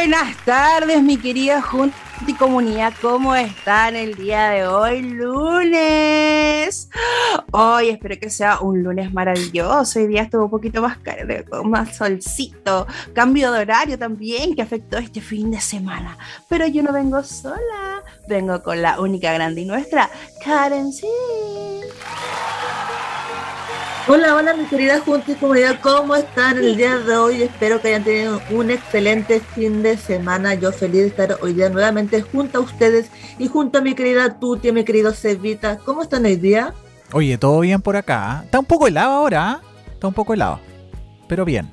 Buenas tardes, mi querida Junta y comunidad. ¿Cómo están el día de hoy, lunes? Hoy espero que sea un lunes maravilloso. Hoy día estuvo un poquito más con más solcito. Cambio de horario también que afectó este fin de semana. Pero yo no vengo sola. Vengo con la única, grande y nuestra, Karen. Sí. Hola, hola, mi querida Junta y comunidad, ¿cómo están el día de hoy? Espero que hayan tenido un excelente fin de semana. Yo feliz de estar hoy día nuevamente junto a ustedes y junto a mi querida Tuti y mi querido Cevita. ¿Cómo están hoy día? Oye, todo bien por acá. Está un poco helado ahora, está un poco helado, pero bien.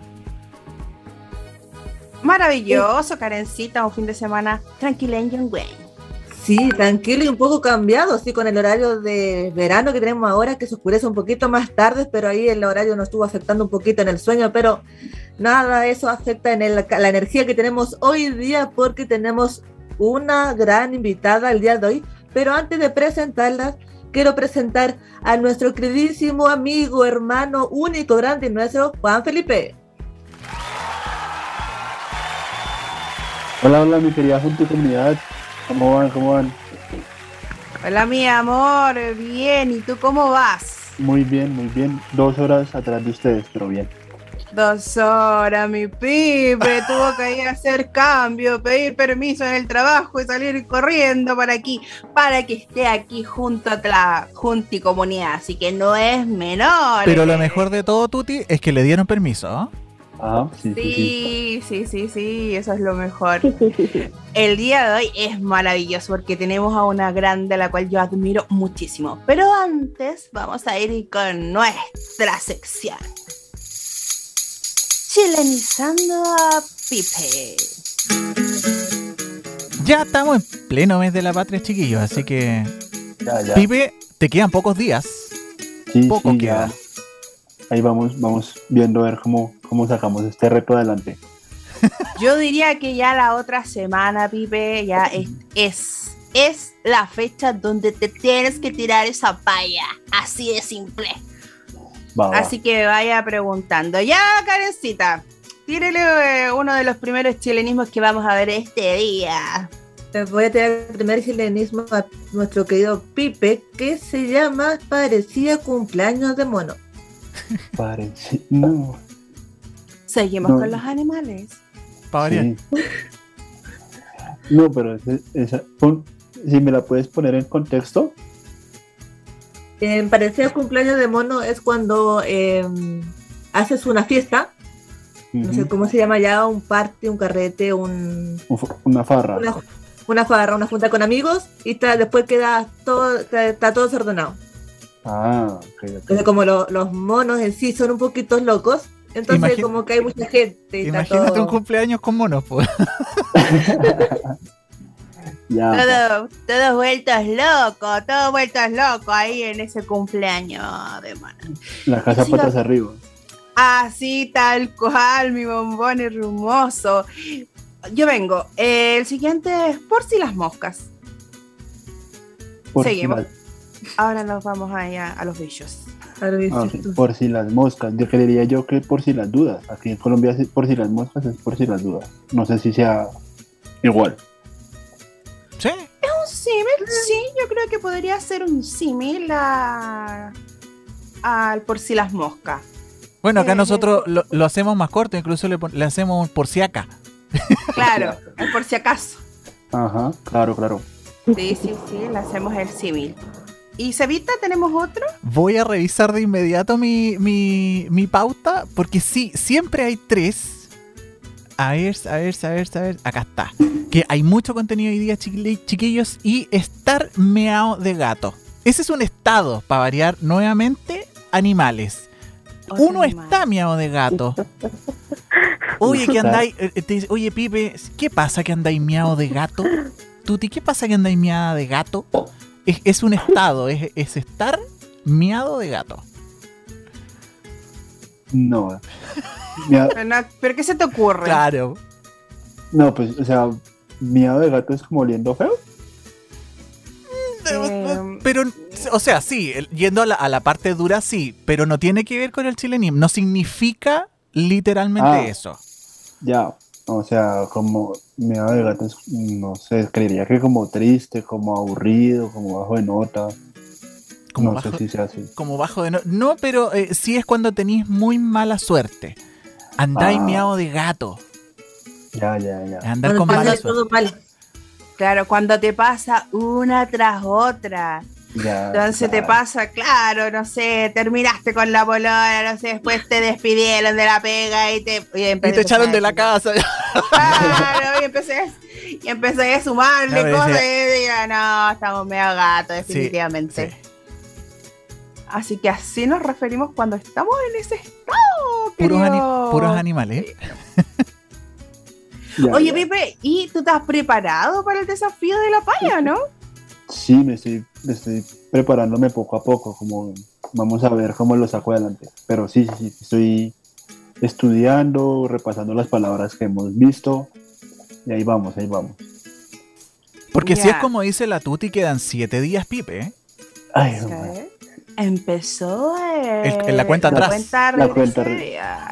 Maravilloso, Karencita, un fin de semana tranquileño, güey. Sí, tranquilo y un poco cambiado, sí, con el horario de verano que tenemos ahora, que se oscurece un poquito más tarde, pero ahí el horario nos estuvo afectando un poquito en el sueño, pero nada, eso afecta en la energía que tenemos hoy día, porque tenemos una gran invitada el día de hoy. Pero antes de presentarla, quiero presentar a nuestro queridísimo amigo, hermano, único, grande y nuestro, Juan Felipe. Hola, hola, mi querida Junta y comunidad. ¿Cómo van? ¿Cómo van? Hola, mi amor, bien. ¿Y tú cómo vas? Muy bien, muy bien. 2 horas atrás de ustedes, pero bien. 2 horas, mi pibe. Tuvo que ir a hacer cambio, pedir permiso en el trabajo y salir corriendo para que esté aquí junto a la Junta y comunidad. Así que no es menor. Pero lo mejor de todo, Tuti, es que le dieron permiso, ¿no? Ah, Sí, eso es lo mejor. El día de hoy es maravilloso porque tenemos a una grande a la cual yo admiro muchísimo. Pero antes vamos a ir con nuestra sección. Chilenizando a Pipe. Ya estamos en pleno mes de la patria, chiquillos, así que... Ya. Pipe, te quedan pocos días. Sí, Poco queda. ya. Ahí vamos viendo a ver cómo sacamos este reto adelante. Yo diría que ya la otra semana, Pipe, ya es la fecha donde te tienes que tirar esa palla. Así de simple. Va. Así que vaya preguntando. Ya, Karencita, tírele uno de los primeros chilenismos que vamos a ver este día. Les voy a tirar el primer chilenismo a nuestro querido Pipe, que se llama Parecía cumpleaños de mono. Parece... No. Seguimos No. con los animales. Para variar. Sí. No, pero si me la puedes poner en contexto. Parecía cumpleaños de mono es cuando haces una fiesta, no sé cómo se llama ya, un party, un carrete, Una farra. una farra, una junta con amigos y después está todo desordenado. Ah, ok. Entonces como los monos en sí son un poquito locos, entonces como que hay mucha gente. Y Imagínate todo... un cumpleaños con monos, pues. Ya. Todos vueltos locos ahí en ese cumpleaños de mono. La casa patas arriba. Así tal cual, mi bombón hermoso. Yo vengo. El siguiente es por si las moscas. Seguimos. Ahora nos vamos allá a los bichos. Sí, por si las moscas. Yo creería que por si las dudas. Aquí en Colombia por si las moscas es por si las dudas. No sé si sea igual. ¿Sí? Es un símil, sí, yo creo que podría ser un símil al por si las moscas. Bueno, acá nosotros lo hacemos más corto, incluso le hacemos un por si acá. Claro, el por si acaso. Ajá, claro. Sí, le hacemos el símil. ¿Y Cevita, tenemos otro? Voy a revisar de inmediato mi pauta, porque sí, siempre hay 3. A ver. Acá está. Que hay mucho contenido hoy día, chiquillos. Y estar meado de gato. Ese es un estado, para variar nuevamente, animales. Uno está meado de gato. Oye, ¿qué andáis? Te dice, oye, Pipe, ¿qué pasa que andáis meado de gato? Tuti, ¿qué pasa que andáis meada de gato? Es un estado, es estar meado de gato. No. ¿Pero qué se te ocurre? Claro. No, pues, o sea, miado de gato es como oliendo feo. Pero, o sea, sí, yendo a la parte dura, sí, pero no tiene que ver con el chilenismo. No significa literalmente eso. Ya. O sea, como miado de gato, no sé, creería que como triste, como aburrido, como bajo de nota. Como No bajo, sé si sea así. como bajo de no, pero sí es cuando tenéis muy mala suerte. Andáis Ah, miado de gato. ya. Andar Cuando con te mala sale suerte. todo mal. Claro, cuando te pasa una tras otra. Ya, Entonces te claro. pasa, claro, no sé, terminaste con la polola, no sé, después te despidieron de la pega y Y te echaron de la casa. Claro, y empecé a sumarle No, cosas decía- y diga, no, estamos medio gatos, Sí, definitivamente. sí. Así que así nos referimos cuando estamos en ese estado, Puros, querido. puros animales. Ya, Oye, ya. Pipe, ¿y tú estás preparado para el desafío de la paya, no? Sí, me estoy preparándome poco a poco, como vamos a ver cómo lo saco adelante. Pero sí, estoy estudiando, repasando las palabras que hemos visto, y ahí vamos, ahí vamos. Porque si es Ya. como dice la Tuti, quedan 7 días, Pipe. ¿Eh? Ay, Sí. hombre. Empezó En la cuenta atrás. La cuenta regresiva.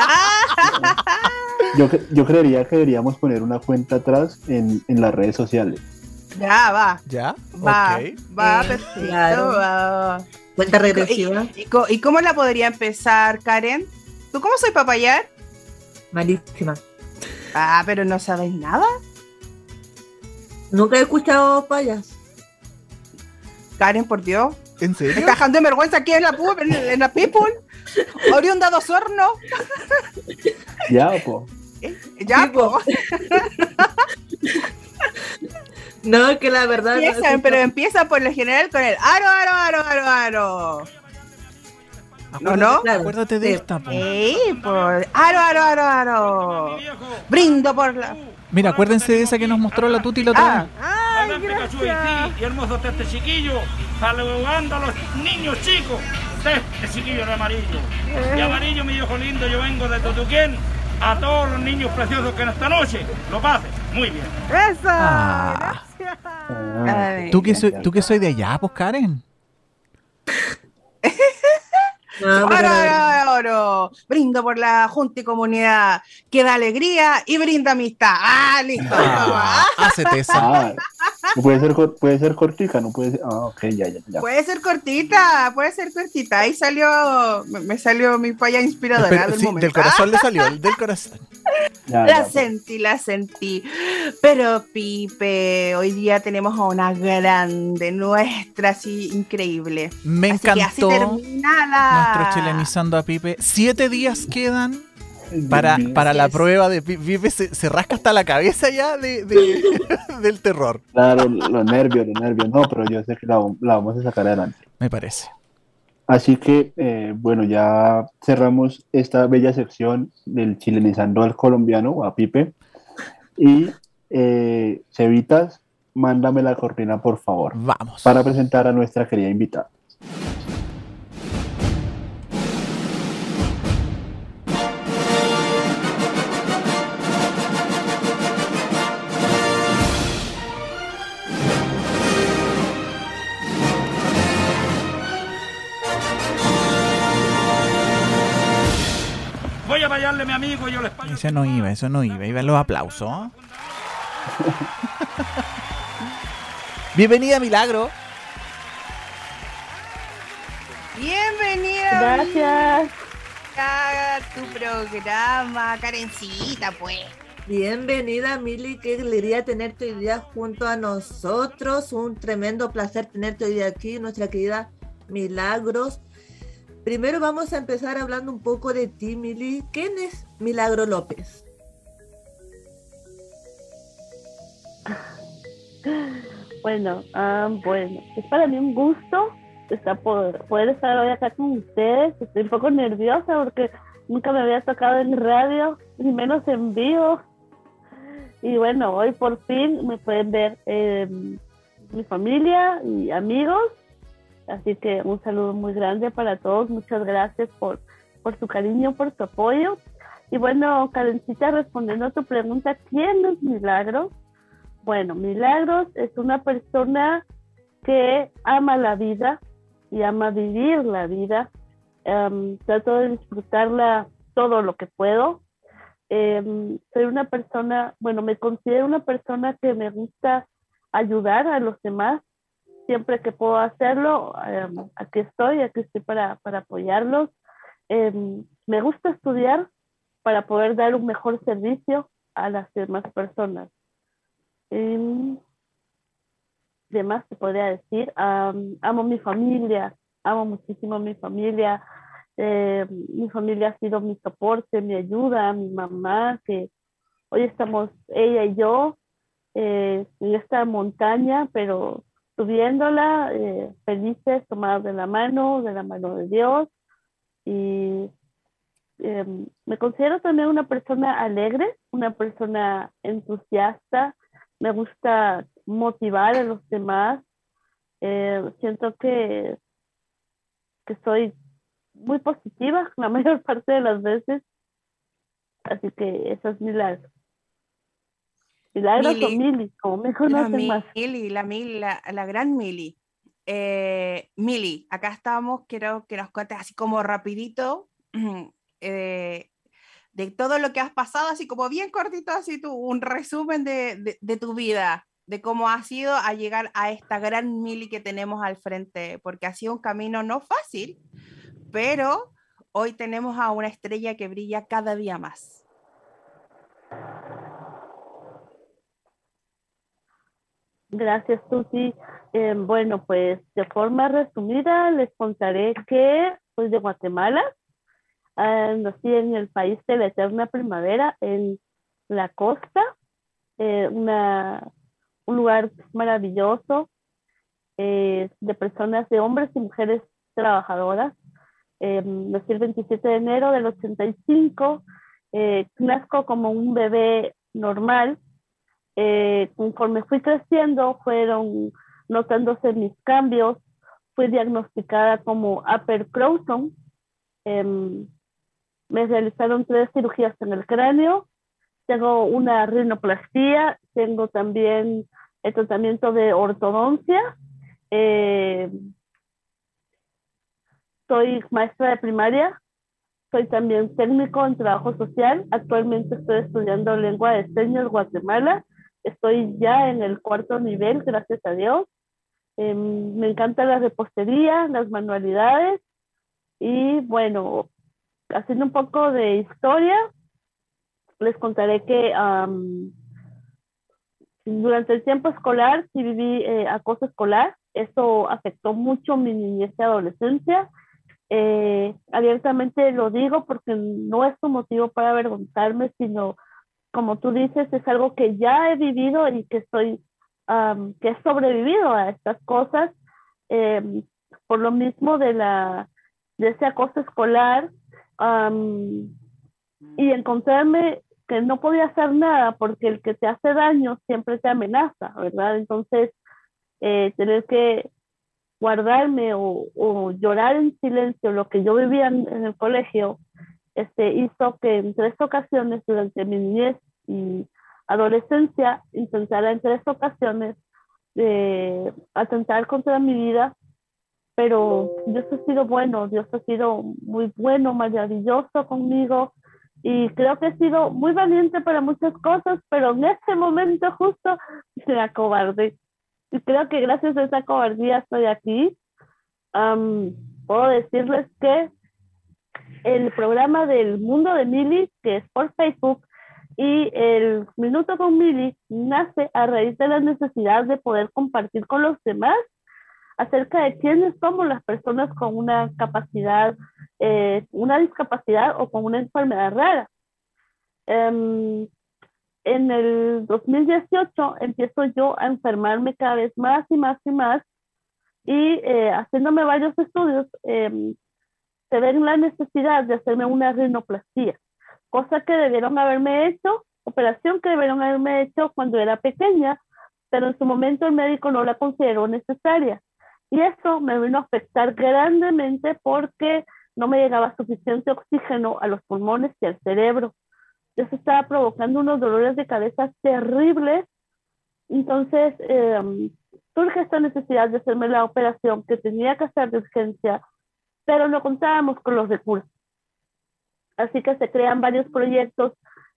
Yo creería que deberíamos poner una cuenta atrás en las redes sociales. Ya, va. ¿Ya? Va, Ok. va, perfecto. Claro. Va. Cuenta regresiva. ¿Y cómo la podría empezar, Karen? ¿Tú cómo soy papayar? Malísima. Ah, pero no sabes nada. Nunca he escuchado payas. Karen, por Dios. ¿En Me serio? está dejando de vergüenza aquí en la People. Oriunda de Osorno. Ya, po. Ya, Sí, po. po. No, que la verdad. Empiezan, pero empiezan por lo general con el aro. ¿No, no? Claro, Acuérdate de sí. esta, po. Por aro. Brindo por la... Mira, acuérdense de esa que nos mostró la Tuti la otra vez. Ay, Adelante, Cachuy, gracias. sí, y hermoso de este chiquillo, saludando a los niños chicos de este chiquillo de amarillo. De amarillo, mi viejo lindo, yo vengo de Tutuquén, a todos los niños preciosos que en esta noche lo pasen muy bien. Eso. Ah. Gracias. Ah, Ay. ¿Tú que soy de allá, pues, Karen? No, pero Oro. Brindo por la Junta y Comunidad que da alegría y brinda amistad. Ah, listo. Hácete esa. Ah, puede ser cortica, no puede ser. Ah, ok, ya. Puede ser cortita. Ahí salió, me salió mi falla inspiradora Pero, del sí, momento. del corazón le salió, el del corazón. La sentí. Pero Pipe, hoy día tenemos a una grande, nuestra, así increíble. Me Así que así encantó termina la... nuestro chilenizando a Pipe. 7 días quedan para la prueba de Pipe. Se rasca hasta la cabeza ya del terror, Claro, los nervios. No, pero yo sé que la vamos a sacar adelante. me parece. Así que, bueno, ya cerramos esta bella sección del chilenizando al colombiano, a Pipe. Y, Cevitas, mándame la cortina, por favor, Vamos. para presentar a nuestra querida invitada. Voy a bailarle, mi amigo, yo les pago. Eso no iba. Iban los aplausos. Bienvenida, Milagro. Bienvenida. Gracias. A tu programa, Karencita, pues. bienvenida, Mili. Qué alegría tenerte hoy día junto a nosotros. Un tremendo placer tenerte hoy día aquí, nuestra querida Milagros. Primero vamos a empezar hablando un poco de ti, Mili. ¿Quién es Milagro López? Bueno, es para mí un gusto poder estar hoy acá con ustedes. Estoy un poco nerviosa porque nunca me había tocado en radio, ni menos en vivo. Y bueno, hoy por fin me pueden ver mi familia y amigos. Así que un saludo muy grande para todos. Muchas gracias por su cariño, por su apoyo. Y bueno, Karencita, respondiendo a tu pregunta, ¿quién es Milagros? Bueno, Milagros es una persona que ama la vida y ama vivir la vida. Trato de disfrutarla todo lo que puedo. Soy una persona, bueno, me considero una persona que me gusta ayudar a los demás. Siempre que puedo hacerlo, aquí estoy para apoyarlos. Me gusta estudiar para poder dar un mejor servicio a las demás personas. ¿Qué más te podría decir? Amo mi familia, amo muchísimo a mi familia. Mi familia ha sido mi soporte, mi ayuda, mi mamá, que hoy estamos ella y yo en esta montaña, pero subiéndola, felices, tomados de la mano de Dios. Y me considero también una persona alegre, una persona entusiasta. Me gusta motivar a los demás. Siento que soy muy positiva la mayor parte de las veces. Así que eso es Milagros. Milagros o Mili, Mili, como me la conocen más. Mili, la gran Mili. Mili, acá estamos, quiero que nos cuentes así como rapidito eh, de todo lo que has pasado, así como bien cortito, así un resumen de tu vida, de cómo ha sido a llegar a esta gran Mili que tenemos al frente, porque ha sido un camino no fácil, pero hoy tenemos a una estrella que brilla cada día más. Gracias, Susi. Bueno, pues de forma resumida les contaré que soy de Guatemala. Nací en el país de la eterna primavera, en la costa, un lugar maravilloso, de personas, de hombres y mujeres trabajadoras. Nací el 27 de enero del 85. Nazco como un bebé normal. Conforme fui creciendo, fueron notándose mis cambios. Fui diagnosticada como Upper Croson. Me realizaron 3 cirugías en el cráneo. Tengo una rinoplastia. Tengo también el tratamiento de ortodoncia. Soy maestra de primaria. Soy también técnico en trabajo social. Actualmente estoy estudiando lengua de señas Guatemala. Estoy ya en el 4º nivel, gracias a Dios. Me encanta la repostería, las manualidades. Y bueno, haciendo un poco de historia, les contaré que durante el tiempo escolar sí viví acoso escolar. Eso afectó mucho mi niñez y adolescencia. Abiertamente lo digo porque no es un motivo para avergonzarme, sino, como tú dices, es algo que ya he vivido y que que he sobrevivido a estas cosas. Por lo mismo de ese acoso escolar, y encontrarme que no podía hacer nada porque el que te hace daño siempre te amenaza, ¿verdad? Entonces, tener que guardarme o llorar en silencio lo que yo vivía en el colegio, hizo que en 3 ocasiones durante mi niñez y adolescencia intentara en 3 ocasiones atentar contra mi vida. Pero Dios ha sido bueno, Dios ha sido muy bueno, maravilloso conmigo, y creo que he sido muy valiente para muchas cosas, pero en este momento justo me acobardé. Y creo que gracias a esa cobardía estoy aquí. Puedo decirles que el programa del Mundo de Mili, que es por Facebook, y el Minuto con Mili, nace a raíz de la necesidad de poder compartir con los demás acerca de quiénes somos las personas con una capacidad, una discapacidad o con una enfermedad rara. En el 2018 empiezo yo a enfermarme cada vez más y más y más, y haciéndome varios estudios, se ve la necesidad de hacerme una rinoplastia, cosa que debieron haberme hecho, operación que debieron haberme hecho cuando era pequeña, pero en su momento el médico no la consideró necesaria. Y eso me vino a afectar grandemente porque no me llegaba suficiente oxígeno a los pulmones y al cerebro. Eso estaba provocando unos dolores de cabeza terribles. Entonces surge esta necesidad de hacerme la operación que tenía que hacer de urgencia, pero no contábamos con los recursos. Así que se crean varios proyectos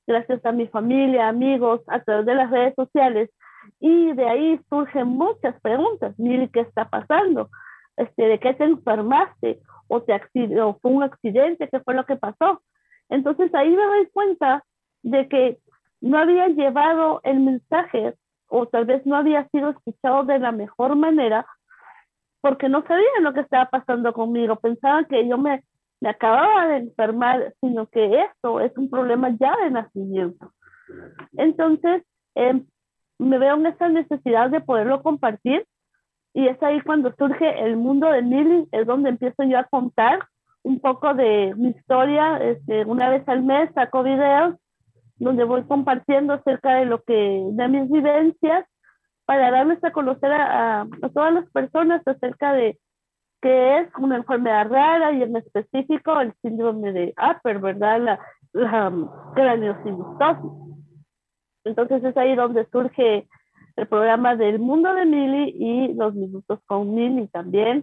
gracias a mi familia, amigos, a través de las redes sociales. Y de ahí surgen muchas preguntas. Mili, ¿qué está pasando? ¿De qué te enfermaste? ¿O fue un accidente? ¿Qué fue lo que pasó? Entonces ahí me doy cuenta de que no había llevado el mensaje, o tal vez no había sido escuchado de la mejor manera, porque no sabían lo que estaba pasando conmigo. Pensaban que yo me acababa de enfermar, sino que esto es un problema ya de nacimiento. Entonces, me veo en esa necesidad de poderlo compartir, y es ahí cuando surge el mundo de Mili, es donde empiezo yo a contar un poco de mi historia. Una vez al mes saco videos donde voy compartiendo acerca de mis vivencias, para darles a conocer a todas las personas acerca de qué es una enfermedad rara, y en específico el síndrome de Upper, ¿verdad? La craneosinustosis. Entonces es ahí donde surge el programa del mundo de Mili y los minutos con Mili también.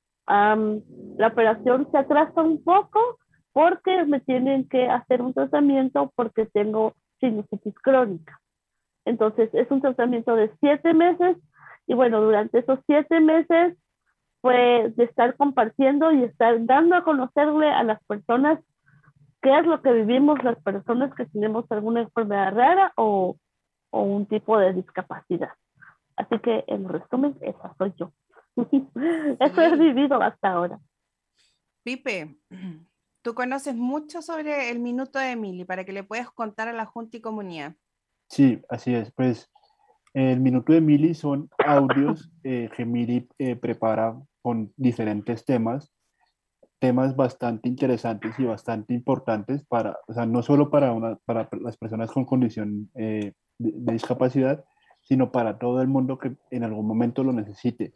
La operación se atrasa un poco porque me tienen que hacer un tratamiento porque tengo sinusitis crónica. Entonces es un tratamiento de 7 meses, y bueno, durante esos 7 meses fue de estar compartiendo y estar dando a conocerle a las personas qué es lo que vivimos las personas que tenemos alguna enfermedad rara o un tipo de discapacidad. Así que en resumen, esa soy yo. Eso he vivido hasta ahora. Pipe, tú conoces mucho sobre el minuto de Mili para que le puedas contar a la Junta y Comunidad. Sí, así es. Pues el minuto de Mili son audios que Mili prepara con diferentes temas bastante interesantes y bastante importantes para, o sea, no solo para las personas con condición de discapacidad, sino para todo el mundo que en algún momento lo necesite.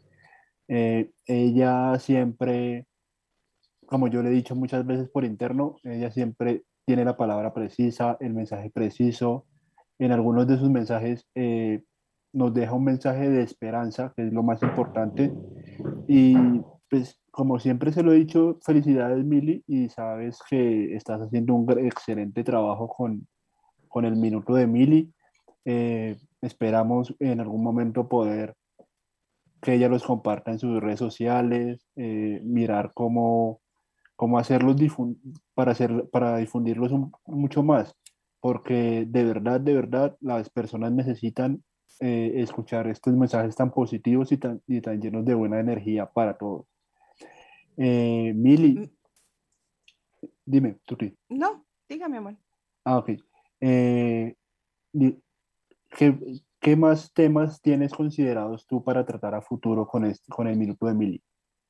Ella siempre, como yo le he dicho muchas veces por interno, ella siempre tiene la palabra precisa, el mensaje preciso. En algunos de sus mensajes nos deja un mensaje de esperanza, que es lo más importante. Y pues como siempre se lo he dicho, felicidades Mili, y sabes que estás haciendo un excelente trabajo con el minuto de Mili. Esperamos en algún momento poder que ella los comparta en sus redes sociales, mirar cómo hacerlos para difundirlos mucho más, porque de verdad, las personas necesitan escuchar estos mensajes tan positivos y tan llenos de buena energía para todos. Mili, dime, Tuti. No, dígame, amor. Ok. Eh, di- ¿qué, qué más temas tienes considerados tú para tratar a futuro con el minuto de Mili?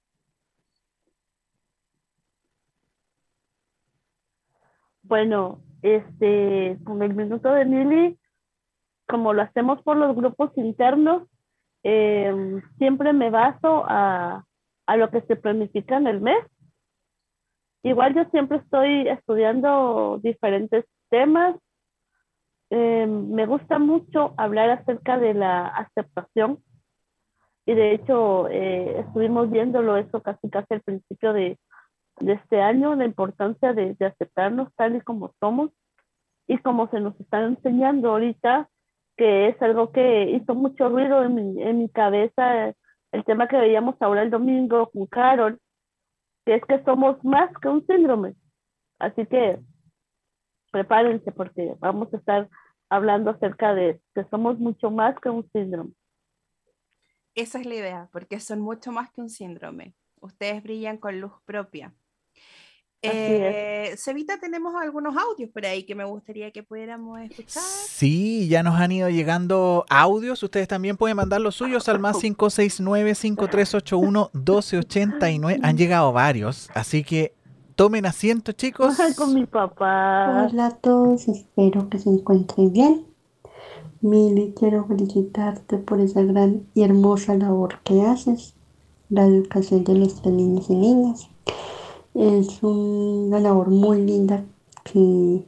Bueno, con el minuto de Mili, como lo hacemos por los grupos internos, siempre me baso a lo que se planifica en el mes. Igual yo siempre estoy estudiando diferentes temas. Me gusta mucho hablar acerca de la aceptación, y de hecho estuvimos viéndolo eso casi al principio de este año, la importancia de aceptarnos tal y como somos, y como se nos está enseñando ahorita, que es algo que hizo mucho ruido en mi cabeza, el tema que veíamos ahora el domingo con Carol, que es que somos más que un síndrome. Así que prepárense, porque vamos a estar hablando acerca de que somos mucho más que un síndrome. Esa es la idea, porque son mucho más que un síndrome. Ustedes brillan con luz propia. Cevita, tenemos algunos audios por ahí que me gustaría que pudiéramos escuchar. Sí, ya nos han ido llegando audios. Ustedes también pueden mandar los suyos al más 569-5381-1289. Han llegado varios, así que tomen asiento, chicos. Ay, con mi papá. Hola a todos, espero que se encuentren bien. Mili, quiero felicitarte por esa gran y hermosa labor que haces, la educación de nuestras niños y niñas. Es una labor muy linda que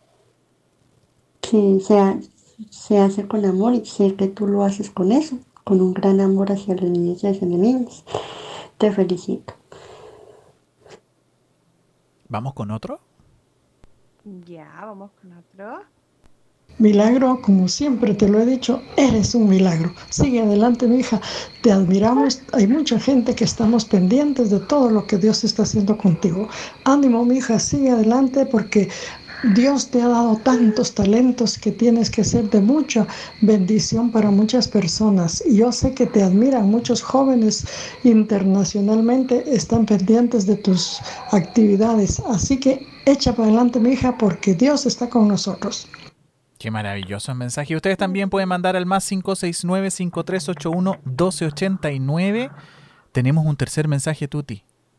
se hace con amor, y sé que tú lo haces con eso, con un gran amor hacia los niños y hacia las niñas. Te felicito. ¿Vamos con otro? Ya, vamos con otro. Milagro, como siempre te lo he dicho, eres un milagro. Sigue adelante, mi hija. Te admiramos. Hay mucha gente que estamos pendientes de todo lo que Dios está haciendo contigo. Ánimo, mi hija, sigue adelante porque Dios te ha dado tantos talentos que tienes que ser de mucha bendición para muchas personas. Y yo sé que te admiran. Muchos jóvenes internacionalmente están pendientes de tus actividades. Así que echa para adelante, mi hija, porque Dios está con nosotros. Qué maravilloso mensaje. Ustedes también pueden mandar al más 569-5381-1289. Tenemos un tercer mensaje, Tuti.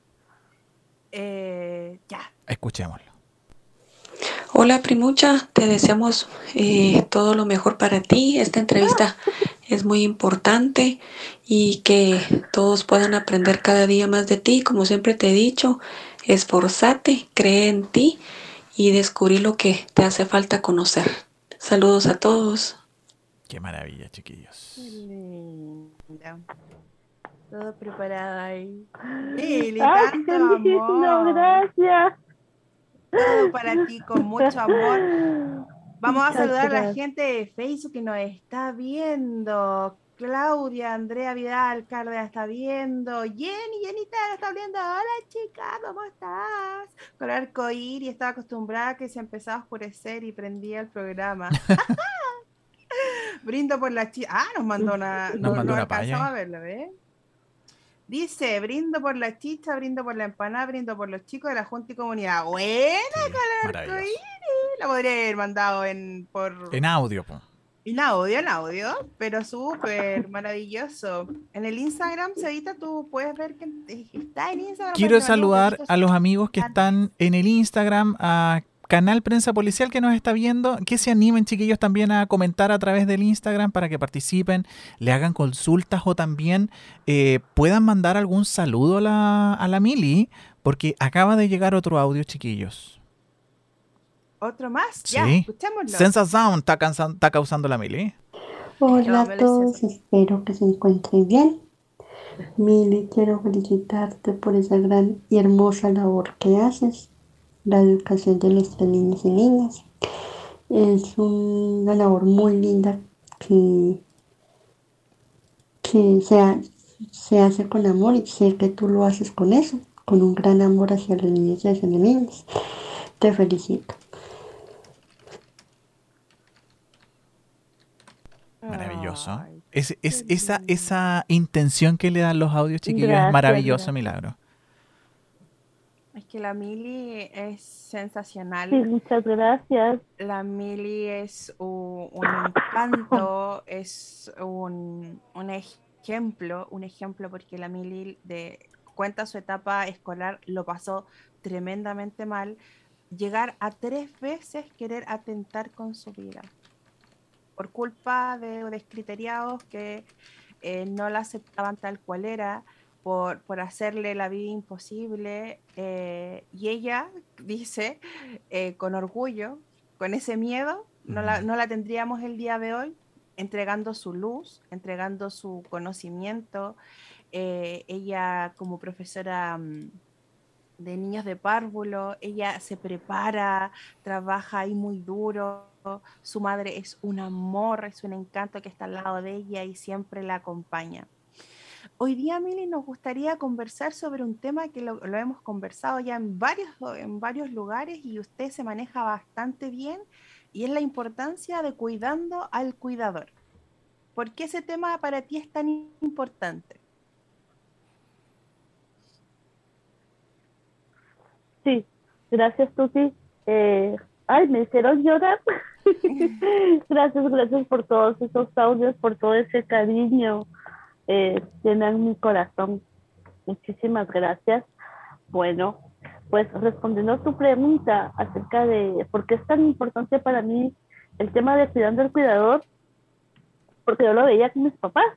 Ya. Escuchémoslo. Hola Primucha, te deseamos todo lo mejor para ti. Esta entrevista es muy importante y que todos puedan aprender cada día más de ti. Como siempre te he dicho, esforzate, cree en ti y descubrir lo que te hace falta conocer. Saludos a todos. Qué maravilla, chiquillos. Qué linda. Todo preparado ahí. Lili, Ay, tanto qué lindo, amor. gracias. Todo para ti con mucho amor. Vamos a Muchas saludar a la gracias. gente de Facebook que nos está viendo. Claudia, Andrea Vidal, Cárdenas está viendo. Jenita está viendo. Hola chica, ¿cómo estás? Con el arcoíris, estaba acostumbrada a que se empezaba a oscurecer y prendía el programa. Brindo por la chica. Ah, nos mandó una. Nos No, mandó no una alcanzamos palla, a verlo, ¿ves? Dice, brindo por la chicha, brindo por la empanada, brindo por los chicos de la Junta y Comunidad. Buena, Sí, con el maravilloso. arcoíris. La podría haber mandado En audio, po. en audio, pero súper maravilloso. En el Instagram, Cevita, tú puedes ver que está en Instagram. Quiero para que mandemos saludar besitos a los amigos que gigantes. están en el Instagram, a Canal Prensa Policial que nos está viendo, que se animen, chiquillos, también a comentar a través del Instagram para que participen, le hagan consultas o también puedan mandar algún saludo a la Mili, porque acaba de llegar otro audio, chiquillos. ¿Otro más? Ya, Sí. escuchémoslo. Sensación está causando la Mili. Hola a me lo todos, sé. espero que se encuentren bien. Mili, quiero felicitarte por esa gran y hermosa labor que haces, la educación de nuestras niñas y niñas. Es una labor muy linda que se hace con amor y sé que tú lo haces con eso, con un gran amor hacia los niños y hacia las niñas. Te felicito. Maravilloso. Ay, Esa intención que le dan los audios, chiquillos, es Gracias, maravilloso, gracias. Milagro. es que la Mili es sensacional. Sí, muchas gracias. La Mili es un encanto, es un ejemplo porque la Mili cuenta su etapa escolar, lo pasó tremendamente mal, llegar a 3 veces querer atentar con su vida por culpa de descriteriados que no la aceptaban tal cual era, por hacerle la vida imposible, y ella dice con orgullo, con ese miedo, no la tendríamos el día de hoy, entregando su luz, entregando su conocimiento. Ella como profesora de niños de párvulo, ella se prepara, trabaja ahí muy duro, su madre es un amor, es un encanto que está al lado de ella y siempre la acompaña. Hoy día, Mili, nos gustaría conversar sobre un tema que lo hemos conversado ya en varios lugares y usted se maneja bastante bien, y es la importancia de cuidando al cuidador. ¿Por qué ese tema para ti es tan importante? Sí, gracias, Tuti. Ay, me hicieron llorar. Gracias por todos esos audios, por todo ese cariño. Llenan mi corazón. Muchísimas gracias. Bueno, pues respondiendo a tu pregunta acerca de por qué es tan importante para mí el tema de cuidando al cuidador, porque yo lo veía con mis papás.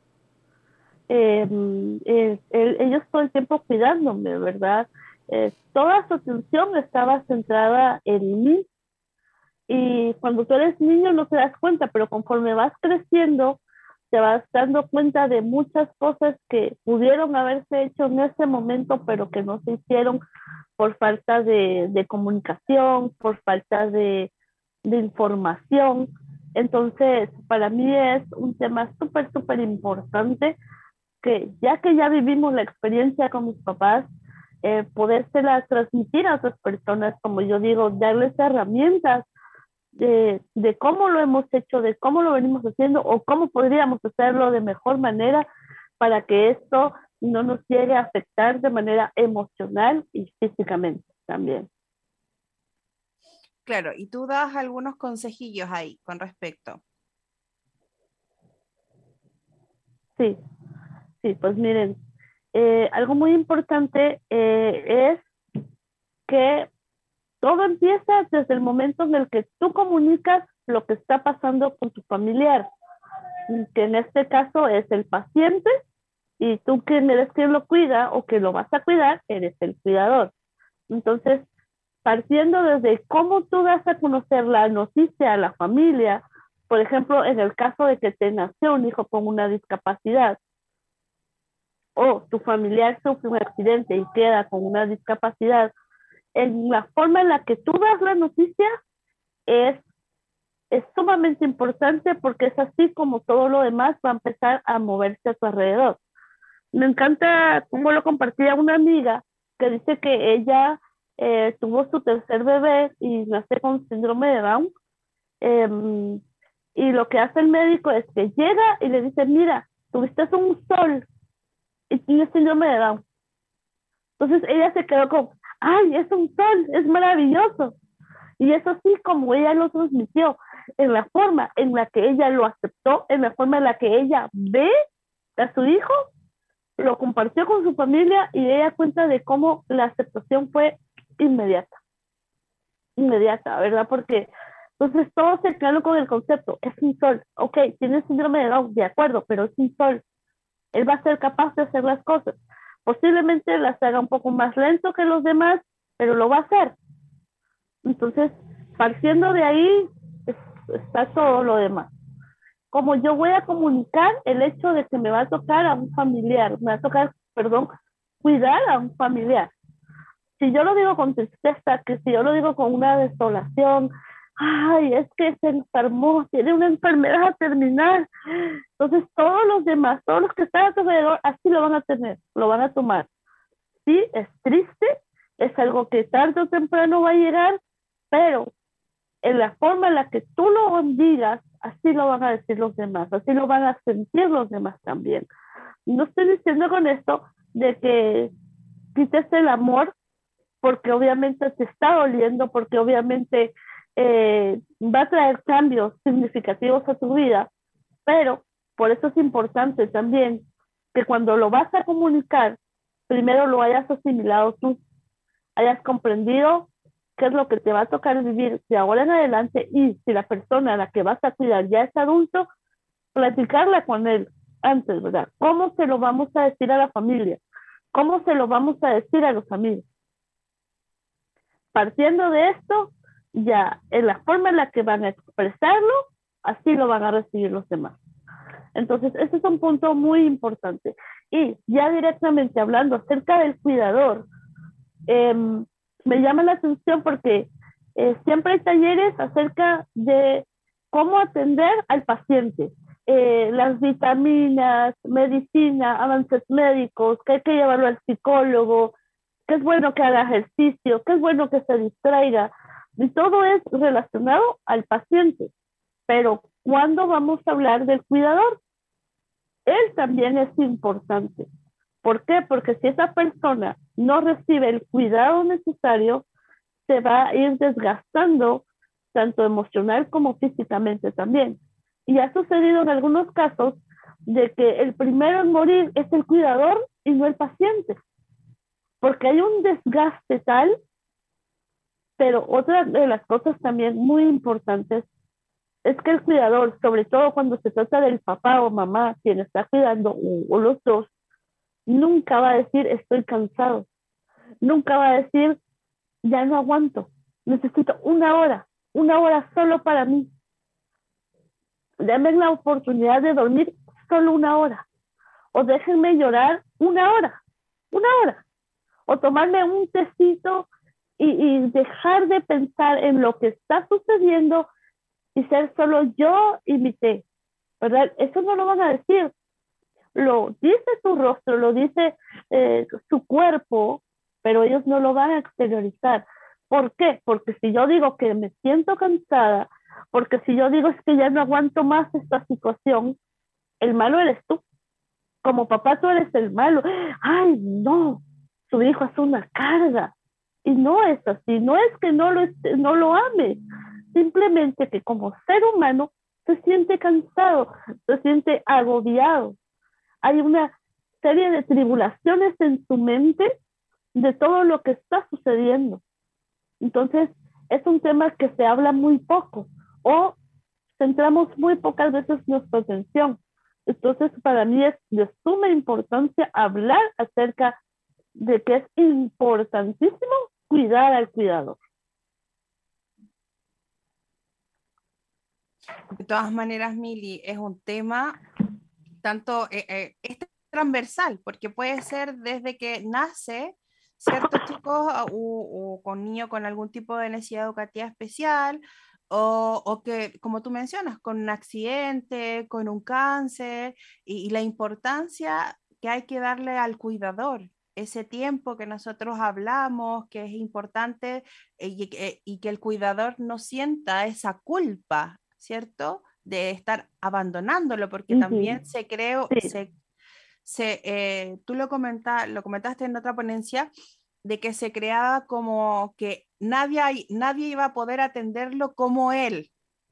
Ellos todo el tiempo cuidándome, ¿verdad? Toda su atención estaba centrada en mí. Y cuando tú eres niño no te das cuenta, pero conforme vas creciendo, te vas dando cuenta de muchas cosas que pudieron haberse hecho en ese momento, pero que no se hicieron por falta de comunicación, por falta de información. Entonces, para mí es un tema súper, súper importante que ya vivimos la experiencia con mis papás, podérsela transmitir a otras personas, como yo digo, darles herramientas de cómo lo hemos hecho, de cómo lo venimos haciendo o cómo podríamos hacerlo de mejor manera para que esto no nos llegue a afectar de manera emocional y físicamente también. Claro, y tú das algunos consejillos ahí con respecto. Sí, pues miren, algo muy importante es que todo empieza desde el momento en el que tú comunicas lo que está pasando con tu familiar, que en este caso es el paciente, y tú quien eres quien lo cuida o que lo vas a cuidar, eres el cuidador. Entonces, partiendo desde cómo tú das a conocer la noticia a la familia, por ejemplo, en el caso de que te nació un hijo con una discapacidad, o tu familiar sufre un accidente y queda con una discapacidad, en la forma en la que tú das la noticia es sumamente importante, porque es así como todo lo demás va a empezar a moverse a tu alrededor. Me encanta cómo lo compartía una amiga que dice que ella tuvo su tercer bebé y nace con síndrome de Down, y lo que hace el médico es que llega y le dice, mira, tuviste un sol y tienes síndrome de Down. Entonces ella se quedó con, ay, es un sol, es maravilloso. Y eso sí, como ella lo transmitió, en la forma en la que ella lo aceptó, en la forma en la que ella ve a su hijo, lo compartió con su familia, y ella cuenta de cómo la aceptación fue inmediata, ¿verdad? Porque entonces todos se quedaron con el concepto, es un sol, ok, tiene síndrome de Down, de acuerdo, pero es un sol, él va a ser capaz de hacer las cosas, posiblemente las haga un poco más lento que los demás, pero lo va a hacer. Entonces, partiendo de ahí, está todo lo demás. Como yo voy a comunicar el hecho de que me va a tocar a un familiar, me va a tocar, cuidar a un familiar. Si yo lo digo con tristeza, que si yo lo digo con una desolación, ay, es que se enfermó, tiene una enfermedad terminal, entonces todos los demás, todos los que están a tu alrededor, así lo van a tener, lo van a tomar. Sí, es triste, es algo que tarde o temprano va a llegar, pero en la forma en la que tú lo digas, así lo van a decir los demás, así lo van a sentir los demás también. No estoy diciendo con esto de que quites el amor, porque obviamente te está doliendo, porque obviamente va a traer cambios significativos a tu vida, pero por eso es importante también que cuando lo vas a comunicar, primero lo hayas asimilado tú, hayas comprendido qué es lo que te va a tocar vivir de ahora en adelante, y si la persona a la que vas a cuidar ya es adulto, platicarla con él antes, ¿verdad? ¿Cómo se lo vamos a decir a la familia? ¿Cómo se lo vamos a decir a los amigos? Partiendo de esto, ya en la forma en la que van a expresarlo, así lo van a recibir los demás. Entonces, ese es un punto muy importante. Y ya directamente hablando acerca del cuidador, me llama la atención porque siempre hay talleres acerca de cómo atender al paciente, las vitaminas, medicina, avances médicos, que hay que llevarlo al psicólogo, que es bueno que haga ejercicio, que es bueno que se distraiga, y todo es relacionado al paciente. Pero ¿cuándo vamos a hablar del cuidador? Él también es importante. ¿Por qué? Porque si esa persona no recibe el cuidado necesario, se va a ir desgastando tanto emocional como físicamente también. Y ha sucedido en algunos casos de que el primero en morir es el cuidador y no el paciente, porque hay un desgaste tal. Pero otra de las cosas también muy importantes es que el cuidador, sobre todo cuando se trata del papá o mamá quien está cuidando, o los dos, nunca va a decir estoy cansado, nunca va a decir ya no aguanto, necesito una hora solo para mí, denme la oportunidad de dormir solo una hora, o déjenme llorar una hora, o tomarme un tecito y dejar de pensar en lo que está sucediendo y ser solo yo y mi té, ¿verdad? Eso no lo van a decir, lo dice su rostro, lo dice su cuerpo, pero ellos no lo van a exteriorizar. ¿Por qué? Porque si yo digo que me siento cansada, porque si yo digo es que ya no aguanto más esta situación, el malo eres tú. Como papá tú eres el malo. Ay, no, su hijo es una carga. Y no es así, no es que no lo ame, simplemente que como ser humano se siente cansado, se siente agobiado. Hay una serie de tribulaciones en su mente de todo lo que está sucediendo. Entonces, es un tema que se habla muy poco o centramos muy pocas veces nuestra atención. Entonces, para mí es de suma importancia hablar acerca de que es importantísimo cuidar al cuidador. De todas maneras, Mili, es un tema tanto es transversal, porque puede ser desde que nace ciertos chicos o con niños con algún tipo de necesidad educativa especial, o que, como tú mencionas, con un accidente, con un cáncer, y la importancia que hay que darle al cuidador, ese tiempo que nosotros hablamos, que es importante, y que el cuidador no sienta esa culpa, ¿cierto? De estar abandonándolo, porque también se creó, tú lo comentaste en otra ponencia, de que se creaba como que nadie iba a poder atenderlo como él.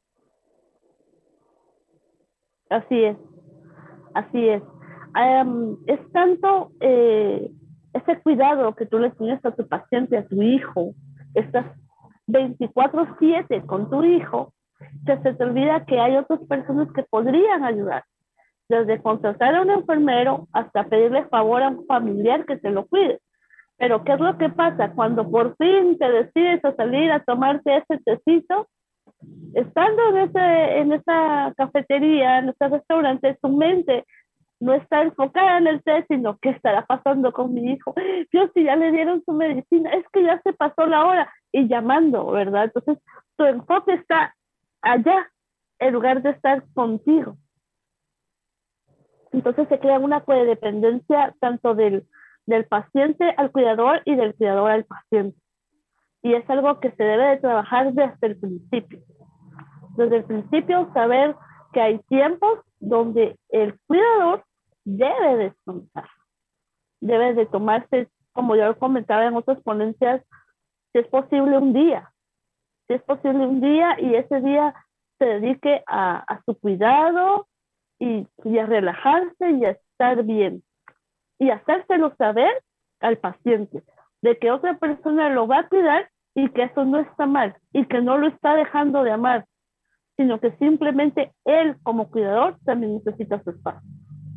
Así es, así es. Es tanto ese cuidado que tú le tienes a tu paciente, a tu hijo, estás 24/7 con tu hijo, que se te olvida que hay otras personas que podrían ayudar, desde contratar a un enfermero hasta pedirle favor a un familiar que te lo cuide. Pero ¿qué es lo que pasa? Cuando por fin te decides a salir a tomarte ese tecito, estando en esa cafetería, en ese restaurante, tu mente no está enfocada en el té, sino qué estará pasando con mi hijo. Dios, si ya le dieron su medicina, es que ya se pasó la hora, y llamando, ¿verdad? Entonces, tu enfoque está allá, en lugar de estar contigo. Entonces se crea una codependencia tanto del paciente al cuidador y del cuidador al paciente. Y es algo que se debe de trabajar desde el principio. Desde el principio, saber que hay tiempos donde el cuidador debe descansar. Debe de tomarse, como yo comentaba en otras ponencias, si es posible un día. Si es posible un día, y ese día se dedique a su cuidado y a relajarse y a estar bien. Y hacérselo saber al paciente de que otra persona lo va a cuidar y que eso no está mal y que no lo está dejando de amar, sino que simplemente él como cuidador también necesita su espacio.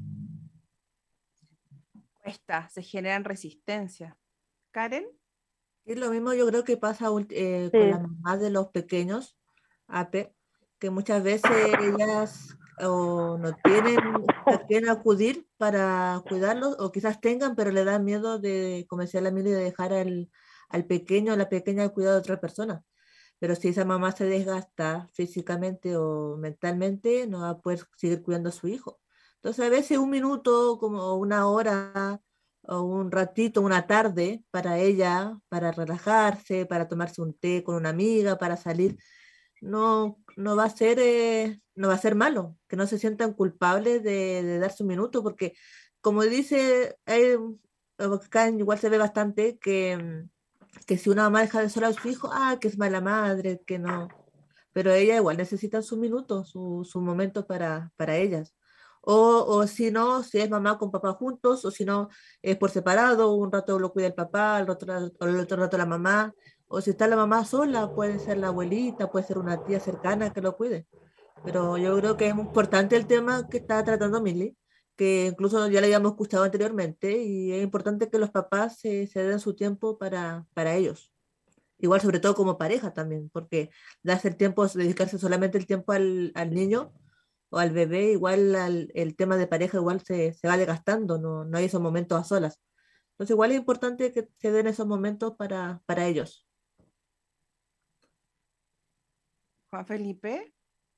Se generan resistencia. ¿Karen? Es lo mismo, yo creo que pasa con las mamás de los pequeños, Ape, que muchas veces ellas o no tienen a quién acudir para cuidarlos, o quizás tengan, pero le dan miedo de, como decía la Mili, de dejar al pequeño o la pequeña al cuidado de otra persona. Pero si esa mamá se desgasta físicamente o mentalmente, no va a poder seguir cuidando a su hijo. Entonces, a veces un minuto, como una hora o un ratito, una tarde para ella, para relajarse, para tomarse un té con una amiga, para salir, no va a ser malo, que no se sientan culpables de darse un minuto, porque como dice, acá igual se ve bastante que si una mamá deja de sola a su hijo, que es mala madre, que no, pero ella igual necesita su minuto, su momento para ellas. O si no, si es mamá con papá juntos, o si no, es por separado, un rato lo cuida el papá, el otro rato la mamá, o si está la mamá sola, puede ser la abuelita, puede ser una tía cercana que lo cuide. Pero yo creo que es muy importante el tema que está tratando Milly, que incluso ya le habíamos escuchado anteriormente, y es importante que los papás se den su tiempo para ellos. Igual, sobre todo como pareja también, porque darse el tiempo, dedicarse solamente el tiempo al niño o al bebé, igual el tema de pareja igual se va desgastando, no hay esos momentos a solas. Entonces igual es importante que se den esos momentos para ellos. Juan Felipe.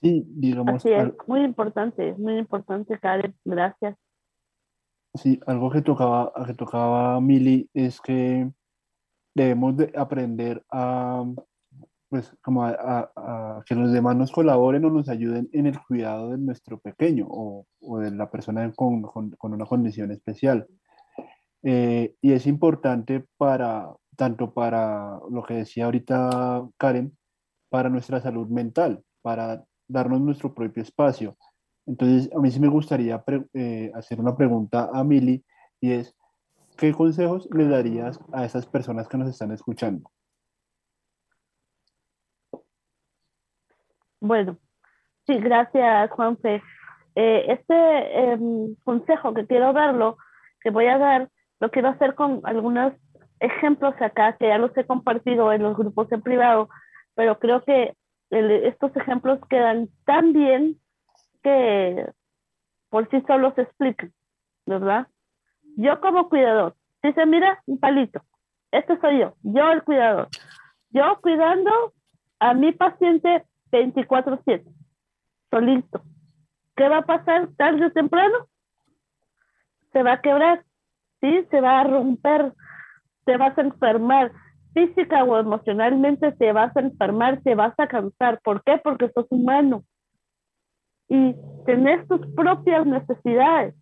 Sí, digamos, Así es, muy importante, Karen, gracias. sí, algo que tocaba Mili es que debemos de aprender a, pues, como a que los demás nos colaboren o nos ayuden en el cuidado de nuestro pequeño o de la persona con una condición especial. Y es importante tanto para lo que decía ahorita Karen, para nuestra salud mental, para darnos nuestro propio espacio. Entonces, a mí sí me gustaría hacer una pregunta a Mili y es, ¿qué consejos le darías a esas personas que nos están escuchando? Bueno, sí, gracias, Juanfe. Consejo que quiero darlo, que voy a dar, lo quiero hacer con algunos ejemplos acá, que ya los he compartido en los grupos en privado, pero creo que estos ejemplos quedan tan bien que por sí solos se explican, ¿verdad? Yo como cuidador, dice, mira, un palito, este soy yo el cuidador, yo cuidando a mi paciente 24/7, solito. ¿Qué va a pasar tarde o temprano? Se va a quebrar, ¿sí? Se va a romper, te vas a enfermar, física o emocionalmente te vas a enfermar, te vas a cansar. ¿Por qué? Porque sos humano y tenés tus propias necesidades.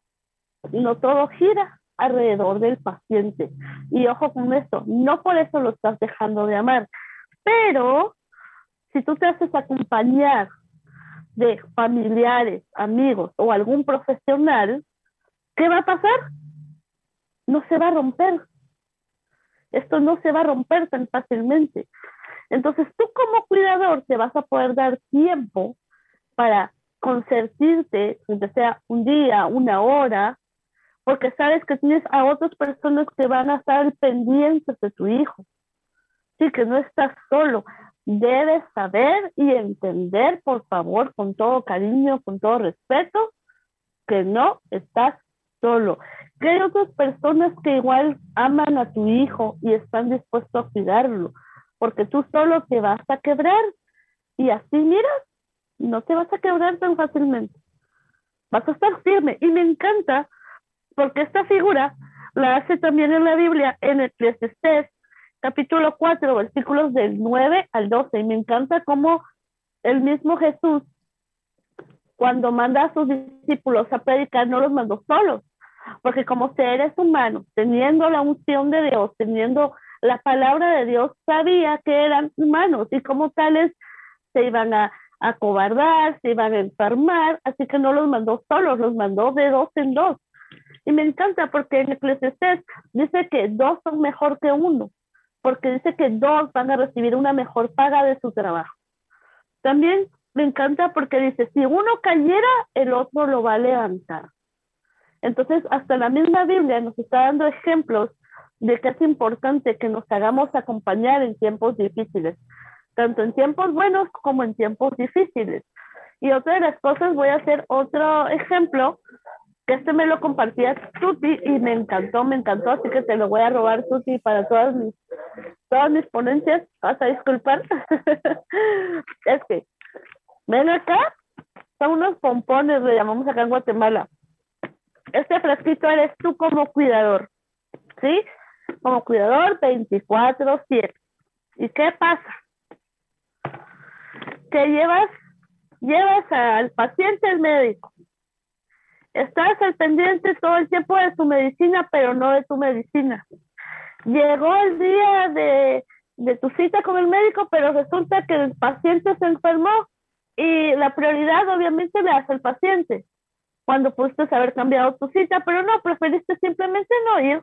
No todo gira alrededor del paciente. Y ojo con esto, no por eso lo estás dejando de amar, pero si tú te haces acompañar de familiares, amigos o algún profesional, ¿qué va a pasar? No se va a romper. Esto no se va a romper tan fácilmente. Entonces tú como cuidador te vas a poder dar tiempo para consentirte, aunque sea un día, una hora, porque sabes que tienes a otras personas que van a estar pendientes de tu hijo. Sí, que no estás solo. Debes saber y entender, por favor, con todo cariño, con todo respeto, que no estás solo. Que hay otras personas que igual aman a tu hijo y están dispuestos a cuidarlo, porque tú solo te vas a quebrar y así, mira, no te vas a quebrar tan fácilmente. Vas a estar firme. Y me encanta porque esta figura la hace también en la Biblia, en Eclesiastés, capítulo 4, versículos del 9 al 12. Y me encanta cómo el mismo Jesús, cuando manda a sus discípulos a predicar, no los mandó solos, porque como seres humanos, teniendo la unción de Dios, teniendo la palabra de Dios, sabía que eran humanos y como tales se iban a acobardar, se iban a enfermar, así que no los mandó solos, los mandó de dos en dos. Y me encanta porque en Eclesiastés dice que dos son mejor que uno, porque dice que dos van a recibir una mejor paga de su trabajo. También me encanta porque dice, si uno cayera, el otro lo va a levantar. Entonces, hasta la misma Biblia nos está dando ejemplos de que es importante que nos hagamos acompañar en tiempos difíciles, tanto en tiempos buenos como en tiempos difíciles. Y otra de las cosas, voy a hacer otro ejemplo, que me lo compartía Tuti y me encantó, así que te lo voy a robar, Tuti, para todas mis ponencias. Vas a disculpar. Es que, ven acá, son unos pompones, le llamamos acá en Guatemala. Este frasquito eres tú como cuidador, ¿sí? Como cuidador 24/7. ¿Y qué pasa? Que llevas al paciente al médico. Estás al pendiente todo el tiempo de su medicina, pero no de tu medicina. Llegó el día de tu cita con el médico, pero resulta que el paciente se enfermó y la prioridad obviamente le das al paciente. Cuando pudiste haber cambiado tu cita, pero no, preferiste simplemente no ir.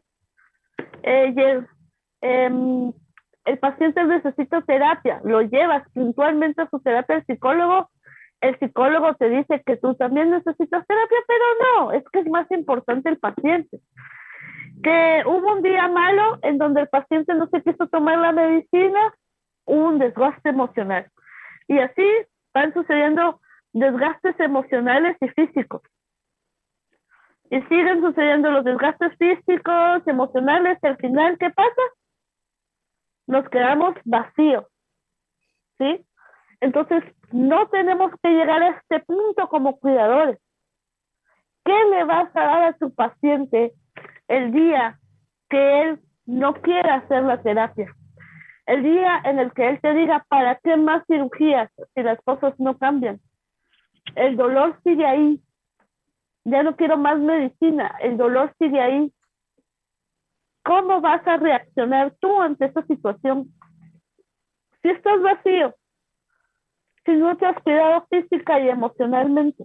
El paciente necesita terapia, lo llevas puntualmente a su terapia al psicólogo, el psicólogo te dice que tú también necesitas terapia, pero no, es que es más importante el paciente. Que hubo un día malo en donde el paciente no se quiso tomar la medicina, un desgaste emocional. Y así van sucediendo desgastes emocionales y físicos. Y siguen sucediendo los desgastes físicos, emocionales, y al final, ¿qué pasa? Nos quedamos vacíos, ¿sí? Entonces, no tenemos que llegar a este punto como cuidadores. ¿Qué le vas a dar a tu paciente el día que él no quiera hacer la terapia? El día en el que él te diga, ¿para qué más cirugías si las cosas no cambian? El dolor sigue ahí. Ya no quiero más medicina. El dolor sigue ahí. ¿Cómo vas a reaccionar tú ante esta situación? Si estás vacío, si no te has cuidado física y emocionalmente,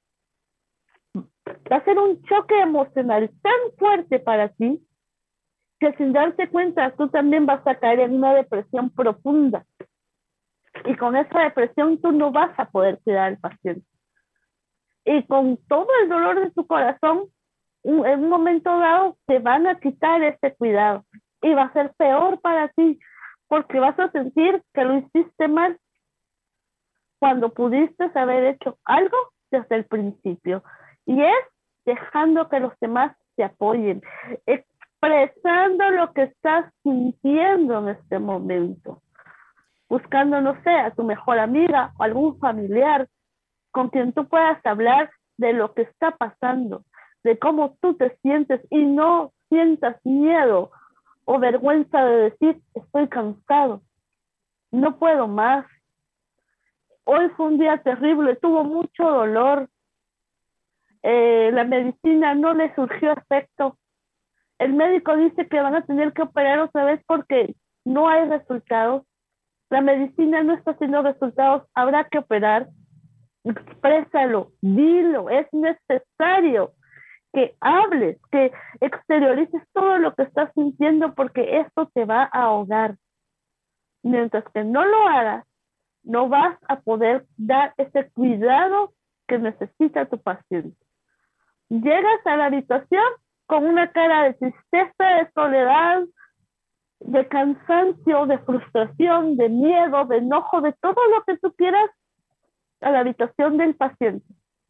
va a ser un choque emocional tan fuerte para ti que sin darte cuenta tú también vas a caer en una depresión profunda. Y con esa depresión tú no vas a poder cuidar al paciente. Y con todo el dolor de tu corazón, en un momento dado te van a quitar ese cuidado. Y va a ser peor para ti, porque vas a sentir que lo hiciste mal cuando pudiste haber hecho algo desde el principio. Y es dejando que los demás te apoyen, expresando lo que estás sintiendo en este momento, buscando, no sé, a tu mejor amiga o algún familiar con quien tú puedas hablar de lo que está pasando, de cómo tú te sientes y no sientas miedo o vergüenza de decir, estoy cansado, no puedo más. Hoy fue un día terrible, tuvo mucho dolor. La medicina no le surgió efecto. El médico dice que van a tener que operar otra vez porque no hay resultados. La medicina no está haciendo resultados, habrá que operar. Exprésalo, dilo, es necesario que hables, que exteriorices todo lo que estás sintiendo porque esto te va a ahogar. Mientras que no lo hagas, no vas a poder dar ese cuidado que necesita tu paciente. Llegas a la habitación con una cara de tristeza, de soledad, de cansancio, de frustración, de miedo, de enojo, de todo lo que tú quieras a la habitación del paciente.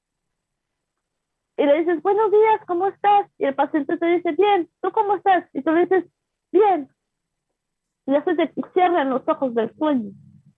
Y le dices, buenos días, ¿cómo estás? Y el paciente te dice, bien, ¿tú cómo estás? Y tú le dices, bien. Y ya se te cierran los ojos del sueño.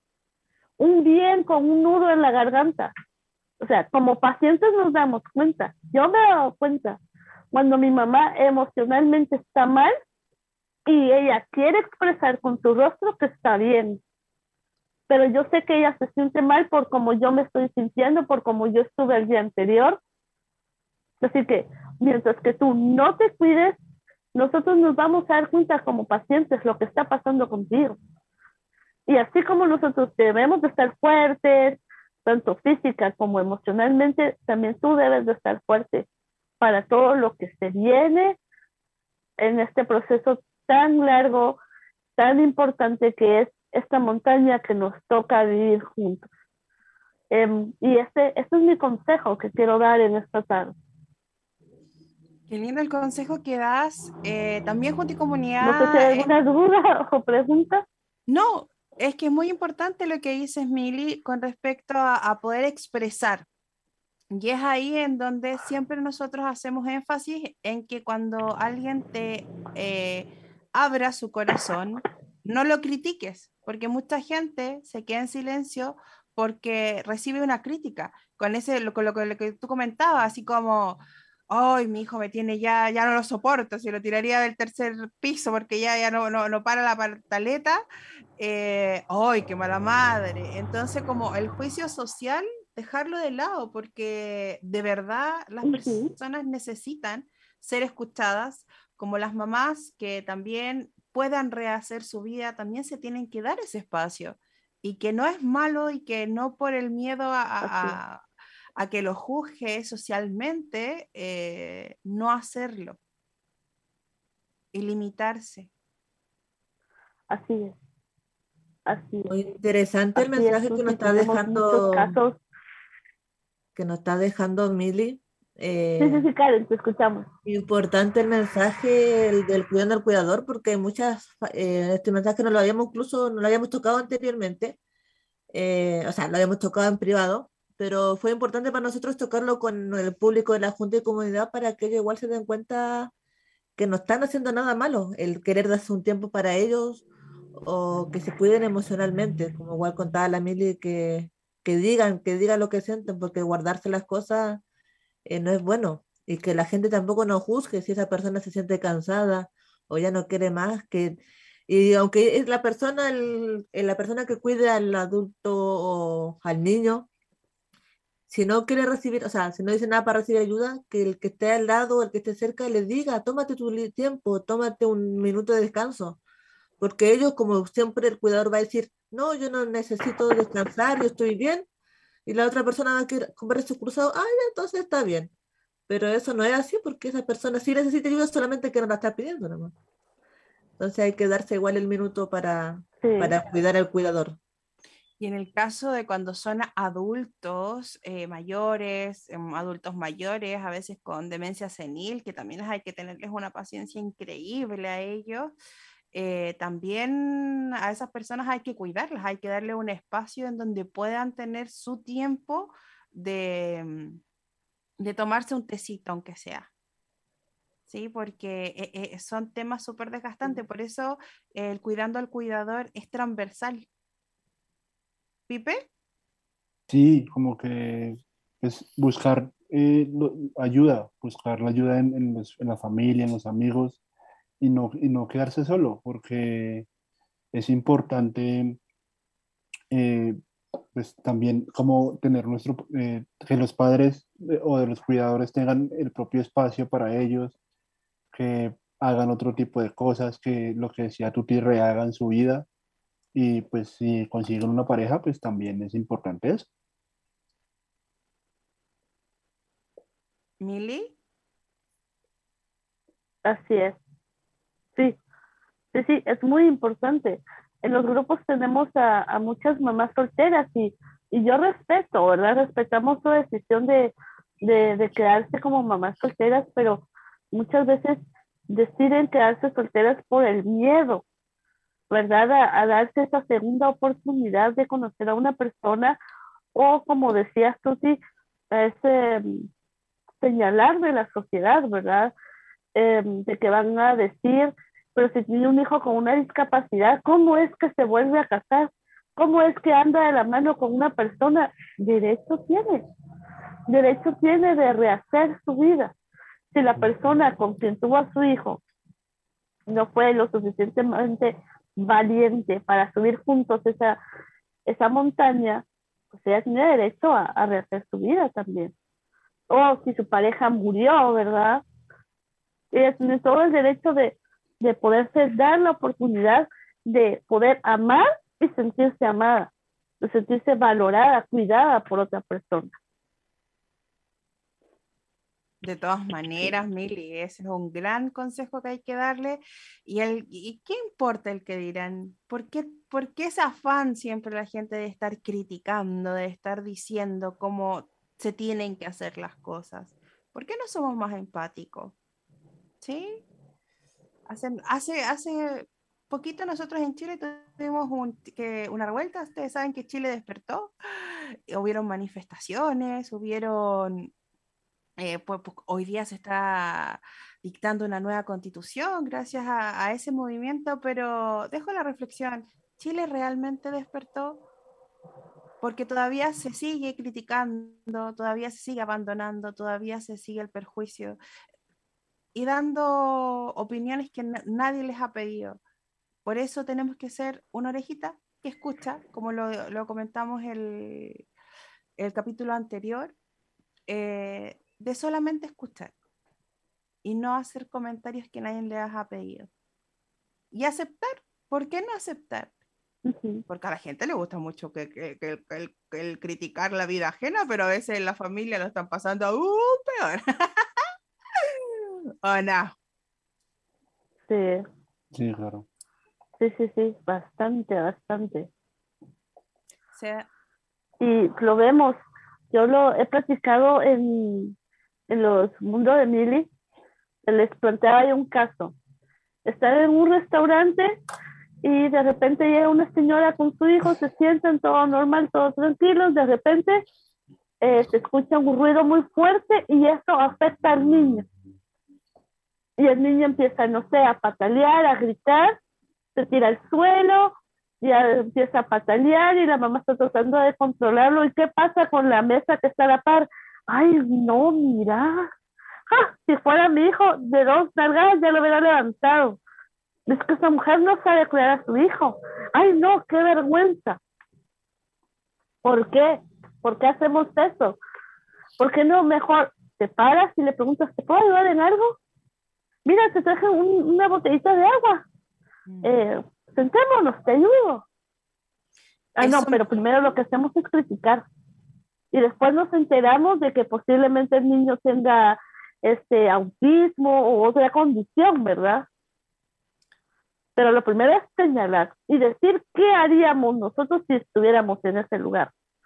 Un bien con un nudo en la garganta. O sea, como pacientes nos damos cuenta. Yo me he dado cuenta cuando mi mamá emocionalmente está mal y ella quiere expresar con su rostro que está bien. Pero yo sé que ella se siente mal por cómo yo me estoy sintiendo, por cómo yo estuve el día anterior. Así que mientras que tú no te cuides, nosotros nos vamos a dar cuenta como pacientes lo que está pasando contigo. Y así como nosotros debemos de estar fuertes, tanto física como emocionalmente, también tú debes de estar fuerte para todo lo que se viene en este proceso tan largo, tan importante que es esta montaña que nos toca vivir juntos. Y este es mi consejo que quiero dar en esta tarde. Qué lindo el consejo que das. También Junta y Comunidad. No sé si hay alguna duda o pregunta. No, es que es muy importante lo que dices, Mili, con respecto a poder expresar. Y es ahí en donde siempre nosotros hacemos énfasis en que cuando alguien te abra su corazón, no lo critiques, porque mucha gente se queda en silencio porque recibe una crítica, con lo que tú comentabas, así como, ay, mi hijo me tiene ya no lo soporto, se lo tiraría del tercer piso porque ya no para la pataleta, ay, qué mala madre. Entonces, como el juicio social, dejarlo de lado, porque de verdad las personas necesitan ser escuchadas, como las mamás que también puedan rehacer su vida, también se tienen que dar ese espacio, y que no es malo y que no por el miedo a que lo juzgue socialmente, no hacerlo y limitarse. Así es. Así es. Muy interesante el mensaje que nos está dejando, Mili. Sí, Karen, te escuchamos. Importante el mensaje del cuidando al cuidador, porque este mensaje no lo habíamos tocado anteriormente, o sea, lo habíamos tocado en privado, pero fue importante para nosotros tocarlo con el público de la Junta de Comunidad para que ellos igual se den cuenta que no están haciendo nada malo, el querer darse un tiempo para ellos o que se cuiden emocionalmente, como igual contaba la Mili, que digan lo que sienten, porque guardarse las cosas no es bueno, y que la gente tampoco nos juzgue si esa persona se siente cansada o ya no quiere más, y aunque es la persona que cuide al adulto o al niño, si no quiere recibir, o sea, si no dice nada para recibir ayuda, que el que esté al lado, el que esté cerca, les diga, tómate tu tiempo, tómate un minuto de descanso, porque ellos, como siempre, el cuidador va a decir, no, yo no necesito descansar, yo estoy bien, y la otra persona va a querer comprar su cruzado, ah, ya, entonces está bien. Pero eso no es así, porque esa persona sí necesita ayuda, solamente que no la está pidiendo nomás. Entonces hay que darse igual el minuto Sí, para cuidar al cuidador. Y en el caso de cuando son adultos mayores, adultos mayores, a veces con demencia senil, que también hay que tenerles una paciencia increíble a ellos, también a esas personas hay que cuidarlas, hay que darle un espacio en donde puedan tener su tiempo de tomarse un tecito, aunque sea. Sí, porque son temas súper desgastantes, por eso el cuidando al cuidador es transversal. ¿Pipe? Sí, como que es buscar ayuda, buscar la ayuda en la familia, en los amigos y no quedarse solo, porque es importante eh, pues también como tener que los padres o de los cuidadores tengan el propio espacio para ellos, que hagan otro tipo de cosas, que lo que decía Tuti rehagan su vida y pues si consiguen una pareja, pues también es importante eso. ¿Mili? así es. Sí, sí, sí, es muy importante. En los grupos tenemos a muchas mamás solteras y yo respeto, ¿verdad? Respetamos su decisión de quedarse como mamás solteras, pero muchas veces deciden quedarse solteras por el miedo, ¿verdad? A darse esa segunda oportunidad de conocer a una persona o, como decías tú, sí, a ese señalar de la sociedad, ¿verdad? De que van a decir, pero si tiene un hijo con una discapacidad, ¿cómo es que se vuelve a casar? ¿Cómo es que anda de la mano con una persona? Derecho tiene de rehacer su vida. Si la persona con quien tuvo a su hijo no fue lo suficientemente valiente para subir juntos esa montaña, pues ella tiene derecho a rehacer su vida también. O si su pareja murió, ¿verdad? Ella tiene todo el derecho de poderse dar la oportunidad de poder amar y sentirse amada, de sentirse valorada, cuidada por otra persona. De todas maneras, Mili, ese es un gran consejo que hay que darle. ¿Y qué importa el que dirán? ¿Por qué ese afán siempre la gente de estar criticando, de estar diciendo cómo se tienen que hacer las cosas? ¿Por qué no somos más empáticos? ¿Sí? Hace poquito nosotros en Chile tuvimos una revuelta. Ustedes saben que Chile despertó. Hubieron manifestaciones, pues hoy día se está dictando una nueva constitución gracias a ese movimiento, pero dejo la reflexión. ¿Chile realmente despertó? Porque todavía se sigue criticando, todavía se sigue abandonando, todavía se sigue el perjuicio y dando opiniones que nadie les ha pedido. Por eso tenemos que ser una orejita que escucha, como lo comentamos el capítulo anterior, de solamente escuchar y no hacer comentarios que nadie les ha pedido. Y aceptar. ¿Por qué no aceptar? Uh-huh. Porque a la gente le gusta mucho el criticar la vida ajena, pero a veces en la familia lo están pasando peor. ¿O no? Sí, Sí, claro. sí, bastante, bastante. O sea, Y lo vemos, yo lo he practicado en los mundos de Mili, les planteaba ahí un caso. Están en un restaurante y de repente llega una señora con su hijo, se sientan todo normal, todos tranquilos, de repente se escucha un ruido muy fuerte y eso afecta al niño. Y el niño empieza, no sé, a patalear, a gritar, se tira al suelo, ya empieza a patalear y la mamá está tratando de controlarlo. ¿Y qué pasa con la mesa que está a la par? Ay, no, mira. Si fuera mi hijo de 2 nalgadas ya lo hubiera levantado. Es que esa mujer no sabe cuidar a su hijo. Ay, no, qué vergüenza. ¿Por qué? ¿Por qué hacemos eso? ¿Por qué no mejor te paras y le preguntas, ¿te puedo ayudar en algo? Mira, te traje una botellita de agua. Sentémonos, te ayudo. Ay, no, pero primero lo que hacemos es criticar. Y después nos enteramos de que posiblemente el niño tenga autismo o otra condición, ¿verdad? Pero lo primero es señalar y decir qué haríamos nosotros si estuviéramos en ese lugar.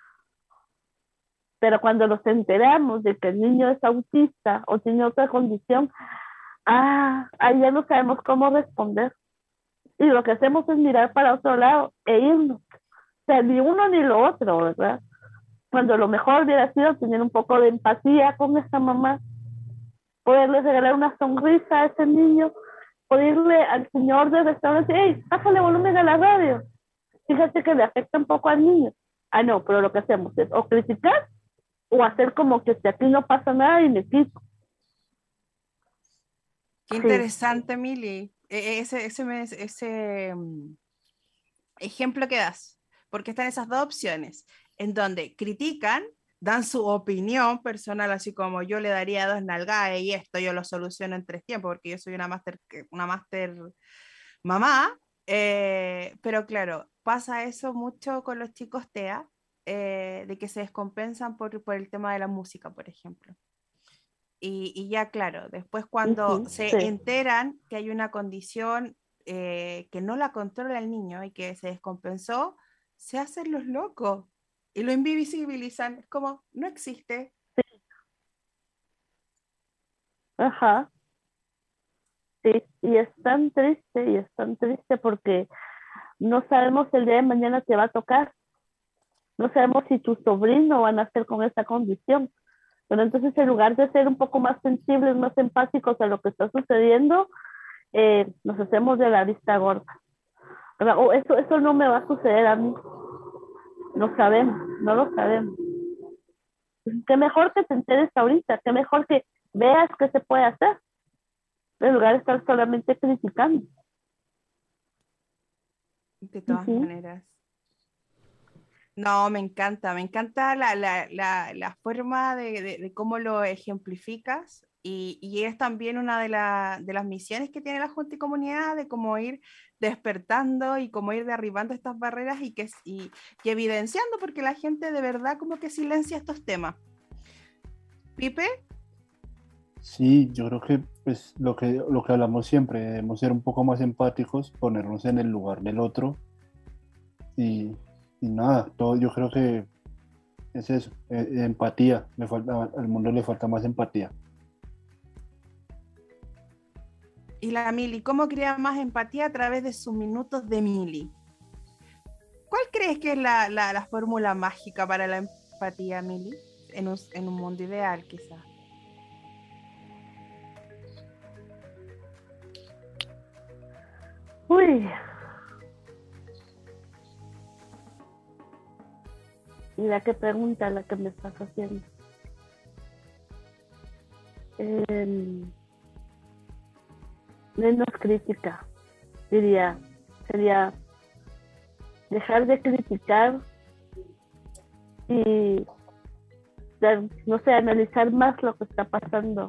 Pero cuando nos enteramos de que el niño es autista o tiene otra condición, ahí ya no sabemos cómo responder. Y lo que hacemos es mirar para otro lado e irnos. O sea, ni uno ni lo otro, ¿verdad? Cuando lo mejor hubiera sido tener un poco de empatía con esta mamá, poderle regalar una sonrisa a ese niño, poderle al señor del restaurante, hey, bájale volumen a la radio. Fíjate que le afecta un poco al niño. No, pero lo que hacemos es o criticar o hacer como que si aquí no pasa nada y me quito. Qué interesante, Mili. Ese ejemplo que das, porque están esas dos opciones, en donde critican, dan su opinión personal, así como yo le daría 2 nalgadas y esto yo lo soluciono en 3 tiempos, porque yo soy una máster mamá, pero claro, pasa eso mucho con los chicos TEA, de que se descompensan por el tema de la música, por ejemplo. Y ya claro, después cuando se enteran que hay una condición que no la controla el niño y que se descompensó, se hacen los locos y lo invisibilizan, es como, no existe. Sí. Ajá. Sí, y es tan triste porque no sabemos el día de mañana qué va a tocar. No sabemos si tu sobrino va a nacer con esta condición. Pero entonces, en lugar de ser un poco más sensibles, más empáticos a lo que está sucediendo, nos hacemos de la vista gorda. O eso no me va a suceder a mí. No lo sabemos. Qué mejor que te enteres ahorita, qué mejor que veas qué se puede hacer, en lugar de estar solamente criticando. De todas maneras. No, me encanta la forma de cómo lo ejemplificas y es también una de las misiones que tiene la Junta y Comunidad, de cómo ir despertando y cómo ir derribando estas barreras y evidenciando, porque la gente de verdad como que silencia estos temas. ¿Pipe? Sí, yo creo que pues, lo que hablamos siempre, debemos ser un poco más empáticos, ponernos en el lugar del otro y nada, yo creo que es eso, empatía. Al mundo le falta más empatía. Y la Mili, ¿cómo crea más empatía a través de sus minutos de Mili? ¿Cuál crees que es la fórmula mágica para la empatía, Mili? En un mundo ideal, quizás. Uy. Mira qué pregunta la que me estás haciendo. Menos crítica, diría. Sería dejar de criticar y, no sé, analizar más lo que está pasando.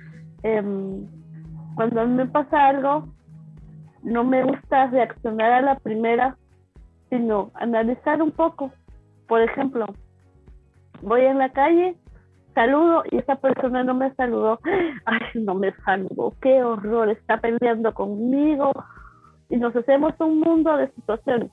Cuando a mí me pasa algo, no me gusta reaccionar a la primera, sino analizar un poco. Por ejemplo, voy en la calle, saludo y esa persona no me saludó. Ay, no me saludó, qué horror, está peleando conmigo. Y nos hacemos un mundo de situaciones.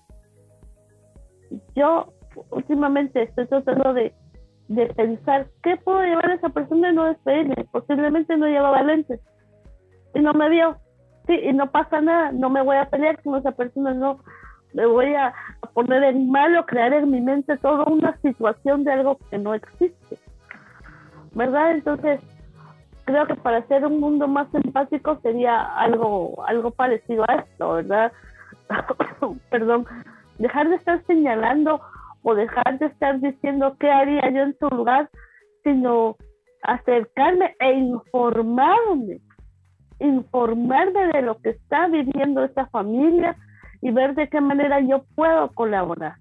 Yo últimamente estoy tratando de pensar qué puedo llevar a esa persona y no despedirme. Posiblemente no llevaba lentes y no me vio. Sí, y no pasa nada, no me voy a pelear con esa persona, no me voy a poner en malo, crear en mi mente toda una situación de algo que no existe, ¿verdad? Entonces, creo que para hacer un mundo más empático sería algo parecido a esto, ¿verdad? perdón, dejar de estar señalando o dejar de estar diciendo qué haría yo en su lugar, sino acercarme e informarme de lo que está viviendo esta familia y ver de qué manera yo puedo colaborar.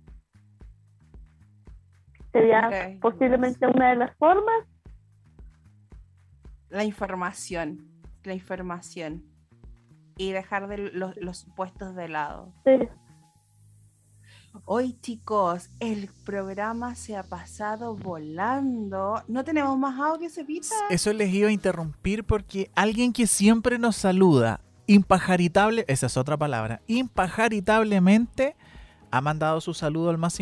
Sería posiblemente una de las formas. La información y dejar de los supuestos de lado. Sí. Hoy, chicos, el programa se ha pasado volando. ¿No tenemos más audio, Cepita? Eso les iba a interrumpir porque alguien que siempre nos saluda, esa es otra palabra, impajaritablemente, ha mandado su saludo al más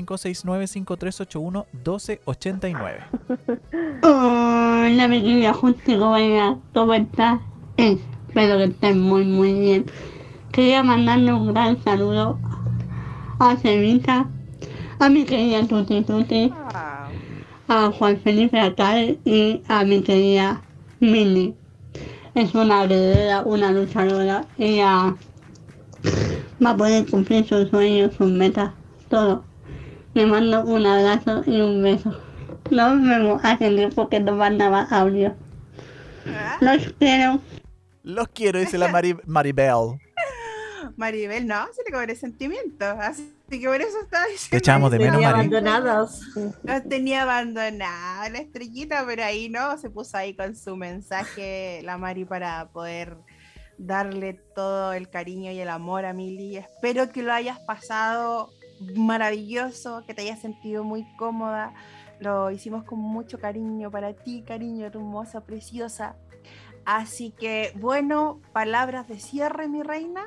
569-5381-1289. Hola, mi querida Justi, ¿cómo estás? Espero que estés muy, muy bien. Quería mandarle un gran saludo a Cevita, a mi querida Tuti Tuti, a Juan Felipe Acal y a mi querida Mini. Es una guerrera, una luchadora. Ella va a poder cumplir sus sueños, sus metas, todo. Le mando un abrazo y un beso. Nos vemos hace tiempo que no mandaba audio. Los quiero. Los quiero, dice la Maribel. Maribel, no, se le cobré sentimientos, así que por eso estaba diciendo. Te echamos de menos, Maribel. Abandonados. Los tenía abandonada la estrellita, pero ahí no, se puso ahí con su mensaje la Mari para poder darle todo el cariño y el amor a Mili. Espero que lo hayas pasado maravilloso, que te hayas sentido muy cómoda. Lo hicimos con mucho cariño para ti, cariño, hermosa, preciosa. Así que, bueno, palabras de cierre, mi reina.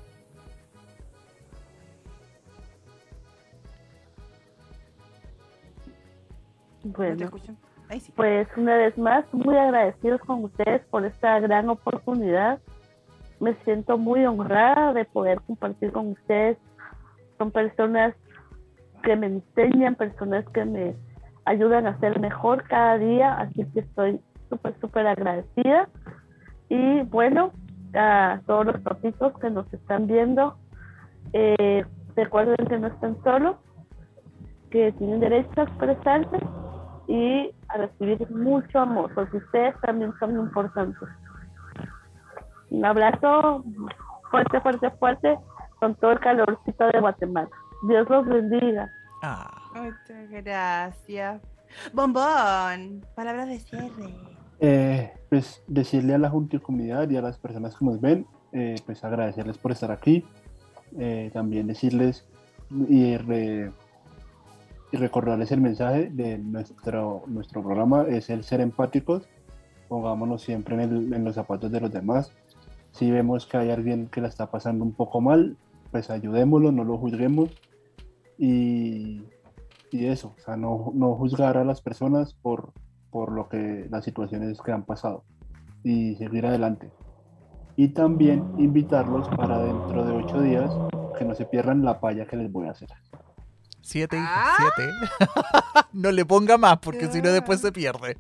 Bueno, pues una vez más, muy agradecidos con ustedes por esta gran oportunidad. Me siento muy honrada de poder compartir con ustedes. Son personas que me enseñan, personas que me ayudan a ser mejor cada día, así que estoy súper agradecida. Y bueno, a todos los papitos que nos están viendo, recuerden que no están solos, que tienen derecho a expresarse y a recibir mucho amor, porque ustedes también son importantes. Un abrazo fuerte con todo el calorcito de Guatemala. Dios los bendiga. Muchas gracias. Bombón, palabras de cierre. Pues decirle a la Junta y Comunidad y a las personas que nos ven, pues agradecerles por estar aquí. También decirles y recordarles el mensaje de nuestro programa, es el ser empáticos. Pongámonos siempre en los zapatos de los demás. Si vemos que hay alguien que la está pasando un poco mal, pues ayudémoslo, no lo juzguemos. Y eso, o sea, no juzgar a las personas por las situaciones que han pasado y seguir adelante. Y también invitarlos para dentro de 8 días que no se pierdan la paya que les voy a hacer. 7, hija, 7. No le ponga más porque si no después se pierde.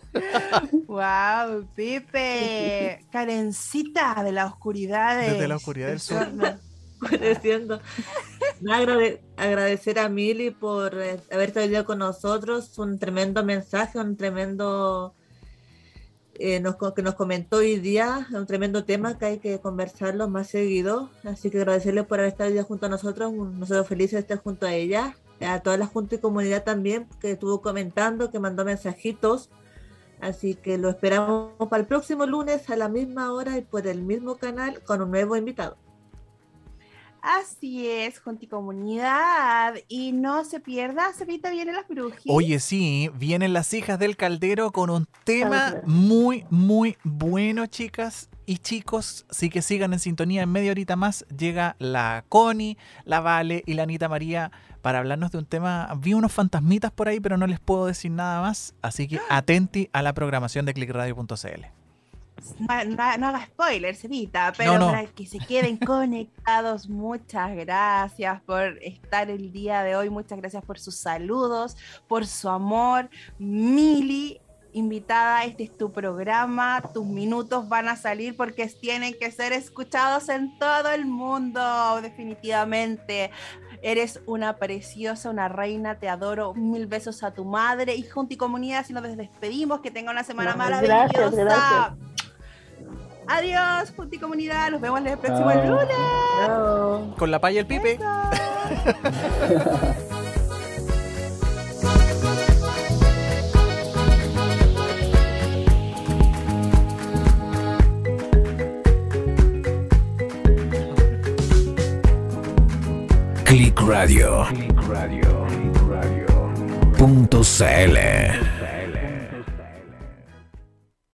Wow, Pipe, Karencita de la oscuridad. Desde la oscuridad del sur. Agradecer a Mili por haber estado con nosotros, un tremendo mensaje, un tremendo que nos comentó hoy día, un tremendo tema que hay que conversarlo más seguido, así que agradecerle por haber estado hoy día junto a nosotros felices de estar junto a ella, a toda la Junta y Comunidad también, que estuvo comentando, que mandó mensajitos, así que lo esperamos para el próximo lunes a la misma hora y por el mismo canal con un nuevo invitado. Así es, Junta y Comunidad. Y no se pierda, Cepita, vienen las brujis. Oye, sí, vienen las hijas del caldero con un tema muy, muy bueno, chicas y chicos. Así que sigan en sintonía, en media horita más llega la Connie, la Vale y la Anita María para hablarnos de un tema. Vi unos fantasmitas por ahí, pero no les puedo decir nada más. Así que atenti a la programación de clickradio.cl. No haga spoilers, Evita, pero para que se queden conectados, muchas gracias por estar el día de hoy, muchas gracias por sus saludos, por su amor. Mili, invitada, este es tu programa, tus minutos van a salir porque tienen que ser escuchados en todo el mundo, definitivamente. Eres una preciosa, una reina, te adoro, 1000 besos a tu madre y Junti Comunidad, si nos despedimos, que tenga una semana maravillosa. Gracias. Adiós, Junti Comunidad, nos vemos el próximo lunes. Chao. Con la paya y el pipe. Click Radio. .cl